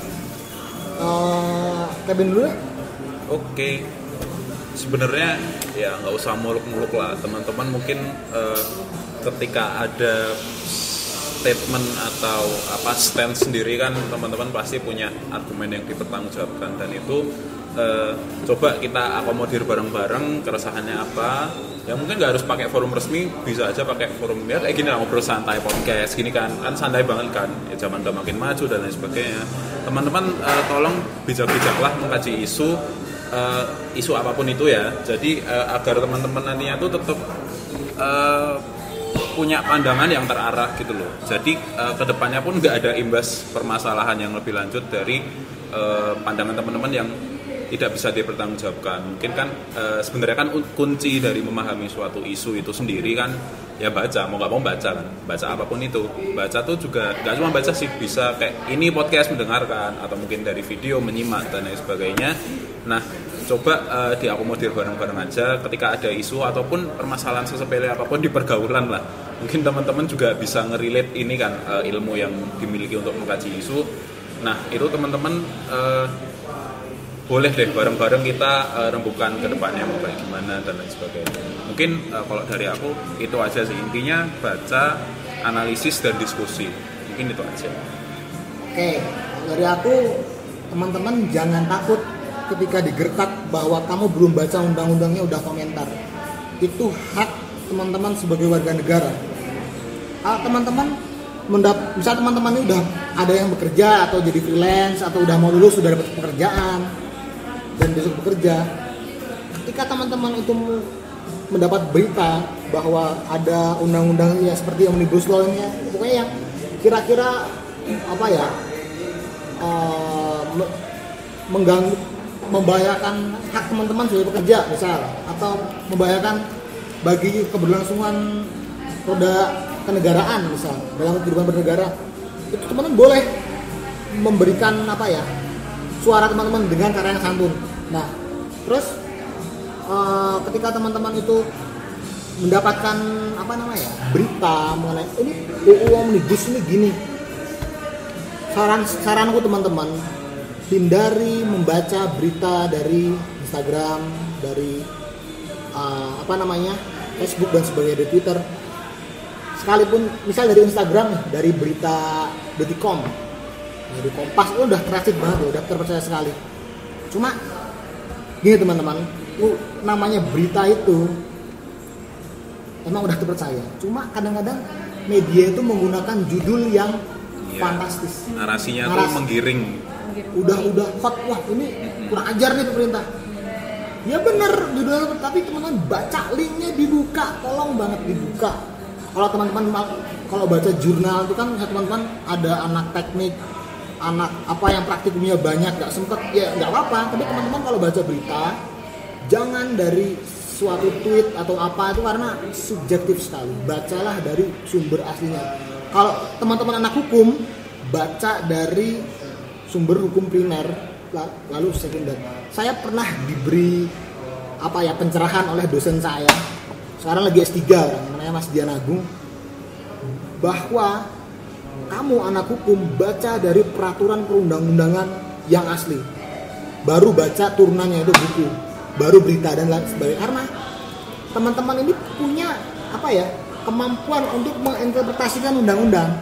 Uh, Kevin dulu. Oke. Sebenarnya ya nggak usah muluk-muluk lah teman-teman, mungkin uh, ketika ada statement atau apa stand sendiri kan teman-teman pasti punya argumen yang dipertanggungjawabkan, dan itu eh, coba kita akomodir bareng-bareng keresahannya apa. Ya mungkin nggak harus pakai forum resmi, bisa aja pakai forum ya kayak gini lah, ngobrol santai podcast gini kan, kan santai banget kan. Ya zaman udah makin maju dan lain sebagainya. Teman-teman eh, tolong bijak-bijaklah mengkaji isu eh, isu apapun itu ya. Jadi eh, agar teman-teman nantinya tuh tetap eh, punya pandangan yang terarah gitu loh. Jadi uh, kedepannya pun nggak ada imbas permasalahan yang lebih lanjut dari uh, pandangan teman-teman yang tidak bisa dipertanggungjawabkan. Mungkin kan uh, sebenarnya kan kunci dari memahami suatu isu itu sendiri kan ya baca, mau nggak mau baca kan, baca apapun itu. Baca tuh juga nggak cuma baca sih, bisa kayak ini podcast mendengarkan atau mungkin dari video menyimak dan lain sebagainya. Nah coba uh, diakomodir bareng-bareng aja ketika ada isu ataupun permasalahan sesepele apapun di pergaulan lah. Mungkin teman-teman juga bisa ngerelate ini kan uh, ilmu yang dimiliki untuk mengkaji isu. Nah itu teman-teman uh, boleh deh bareng-bareng kita uh, rembukan ke depannya mau kayak gimana dan lain sebagainya. Mungkin uh, kalau dari aku itu aja sih, intinya baca, analisis dan diskusi. Mungkin itu aja. Oke, dari aku teman-teman jangan takut ketika digertak bahwa kamu belum baca undang-undangnya udah komentar. Itu hak teman-teman sebagai warga negara. Ah, teman-teman mendap, misal teman-teman ini udah ada yang bekerja atau jadi freelance atau udah mau lulus sudah dapat pekerjaan dan besok bekerja. Ketika teman-teman itu mendapat berita bahwa ada undang-undang ya seperti omnibus law ini, pokoknya yang kira-kira apa ya uh, mengganggu, membahayakan hak teman-teman sebagai pekerja misal, atau membahayakan bagi keberlangsungan roda kenegaraan misal dalam kehidupan bernegara, itu teman-teman boleh memberikan apa ya suara teman-teman dengan cara yang santun. Nah terus uh, ketika teman-teman itu mendapatkan apa namanya berita mengenai ini U U Omnibus ini gini, saran saranku teman-teman, hindari membaca berita dari Instagram, dari uh, apa namanya Facebook dan sebagainya, dari Twitter. Sekalipun misal dari Instagram nih, dari berita detik titik com, dari Kompas itu udah trusted banget, udah terpercaya sekali. Cuma gini teman-teman, lu namanya berita itu emang udah terpercaya. Cuma kadang-kadang media itu menggunakan judul yang ya, fantastis. Narasinya Narasi. tuh menggiring. Udah udah hot, wah ini kurang ajar nih pemerintah. Ya bener judulnya, tapi teman-teman baca linknya, dibuka, tolong banget dibuka. Kalau teman-teman kalau baca jurnal itu kan teman-teman ada anak teknik, anak apa yang praktikumnya banyak nggak sempet, ya nggak apa-apa. Tapi teman-teman kalau baca berita jangan dari suatu tweet atau apa itu karena subjektif sekali. Bacalah dari sumber aslinya. Kalau teman-teman anak hukum, baca dari sumber hukum primer lalu sekunder. Saya pernah diberi apa ya pencerahan oleh dosen saya, sekarang lagi S tiga orang namanya Mas Dian Agung, bahwa kamu anak hukum baca dari peraturan perundang-undangan yang asli, baru baca turunannya itu buku, baru berita dan lain sebagainya. Karena teman-teman ini punya apa ya kemampuan untuk menginterpretasikan undang-undang.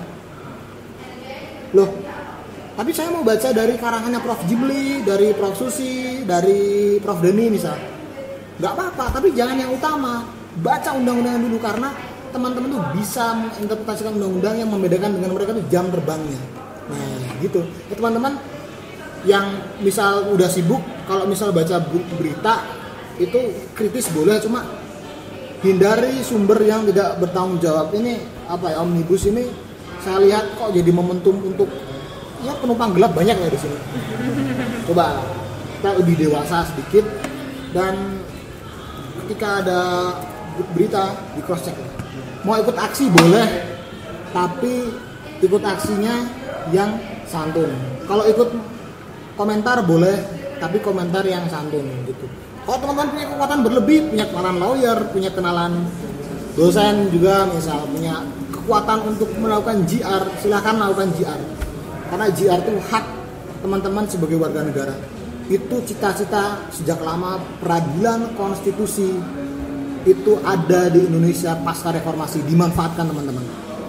Loh, tapi saya mau baca dari karangannya Prof Jimli, dari Prof Susi, dari Prof Deni misal. Nggak apa-apa, tapi jangan yang utama. Baca undang-undang dulu, karena teman-teman tuh bisa menginterpretasikan undang-undang yang membedakan dengan mereka tuh jam terbangnya. Nah gitu. Ya, teman-teman yang misal udah sibuk, kalau misal baca berita itu kritis boleh, cuma hindari sumber yang tidak bertanggung jawab. Ini apa ya, omnibus ini saya lihat kok jadi momentum untuk ya penumpang gelap banyak ya di sini. Coba kita lebih dewasa sedikit, dan ketika ada berita di cross check. Mau ikut aksi boleh, tapi ikut aksinya yang santun. Kalau ikut komentar boleh, tapi komentar yang santun gitu. Kalau teman-teman punya kekuatan berlebih, punya kenalan lawyer, punya kenalan dosen juga misal, punya kekuatan untuk melakukan J R, silahkan lakukan J R. Karena J R itu hak teman-teman sebagai warga negara. Itu cita-cita sejak lama, peradilan konstitusi itu ada di Indonesia pasca reformasi, dimanfaatkan teman-teman.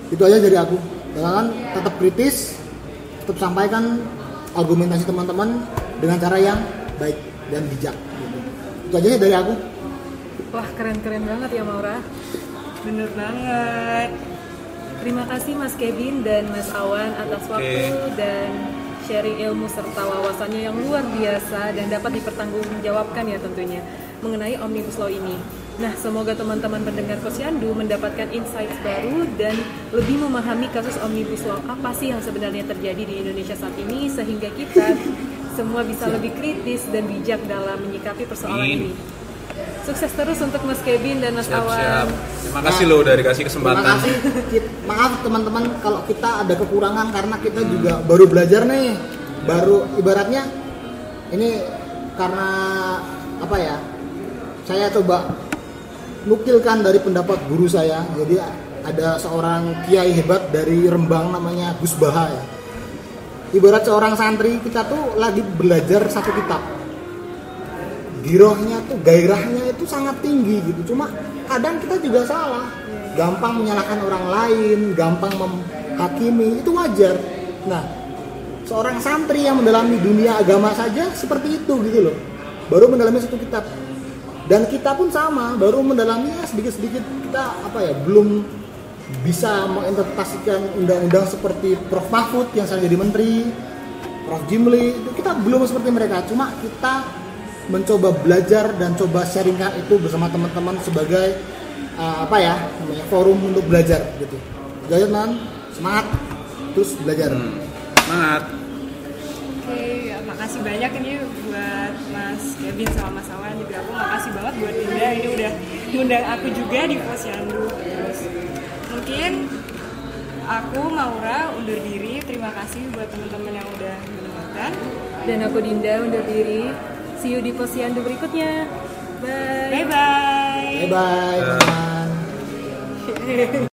Itu aja dari aku. Jangan tetap kritis, tetap sampaikan argumentasi teman-teman dengan cara yang baik dan bijak gitu. Itu aja dari aku. Wah, keren-keren banget ya Maura. Bener banget. Terima kasih Mas Kevin dan Mas Awan atas waktu dan sharing ilmu serta wawasannya yang luar biasa dan dapat dipertanggungjawabkan ya tentunya mengenai Omnibus Law ini. Nah, semoga teman-teman pendengar Posyandu mendapatkan insights baru dan lebih memahami kasus Omnibus Law apa sih yang sebenarnya terjadi di Indonesia saat ini sehingga kita semua bisa lebih kritis dan bijak dalam menyikapi persoalan ini. Sukses terus untuk Mas Kevin dan Mas Siap, Awan. siap. Terima kasih loh udah dikasih kesempatan. Terima kasih. Kit- Maaf teman-teman kalau kita ada kekurangan karena kita juga baru belajar nih. Baru ibaratnya ini karena apa ya? Saya coba nukilkan dari pendapat guru saya. Jadi ada seorang kiai hebat dari Rembang namanya Gus Baha ya. Ibarat seorang santri kita tuh lagi belajar satu kitab. Girohnya tuh, gairahnya itu sangat tinggi gitu. Cuma kadang kita juga salah, gampang menyalahkan orang lain, gampang menghakimi, itu wajar. Nah, seorang santri yang mendalami dunia agama saja seperti itu gitu loh. Baru mendalami satu kitab. Dan kita pun sama, baru mendalaminya sedikit-sedikit kita apa ya, belum bisa menginterpretasikan undang-undang seperti Prof Mahfud yang sekarang jadi menteri, Prof Jimli, itu kita belum seperti mereka. Cuma kita mencoba belajar dan coba sharingkan itu bersama teman-teman sebagai uh, apa ya namanya forum untuk belajar gitu. Jadi teman semangat terus belajar. Hmm, semangat. Oke, ya, makasih banyak ini buat Mas Kevin sama Mas Awan juga. Aku makasih banget buat Dinda ini udah ngundang aku juga di Posyandu. Terus mungkin aku Maura undur diri. Terima kasih buat teman-teman yang udah mendengarkan. Dan aku Dinda undur diri. See you di Posyandu berikutnya. Bye. Bye bye. Bye bye teman.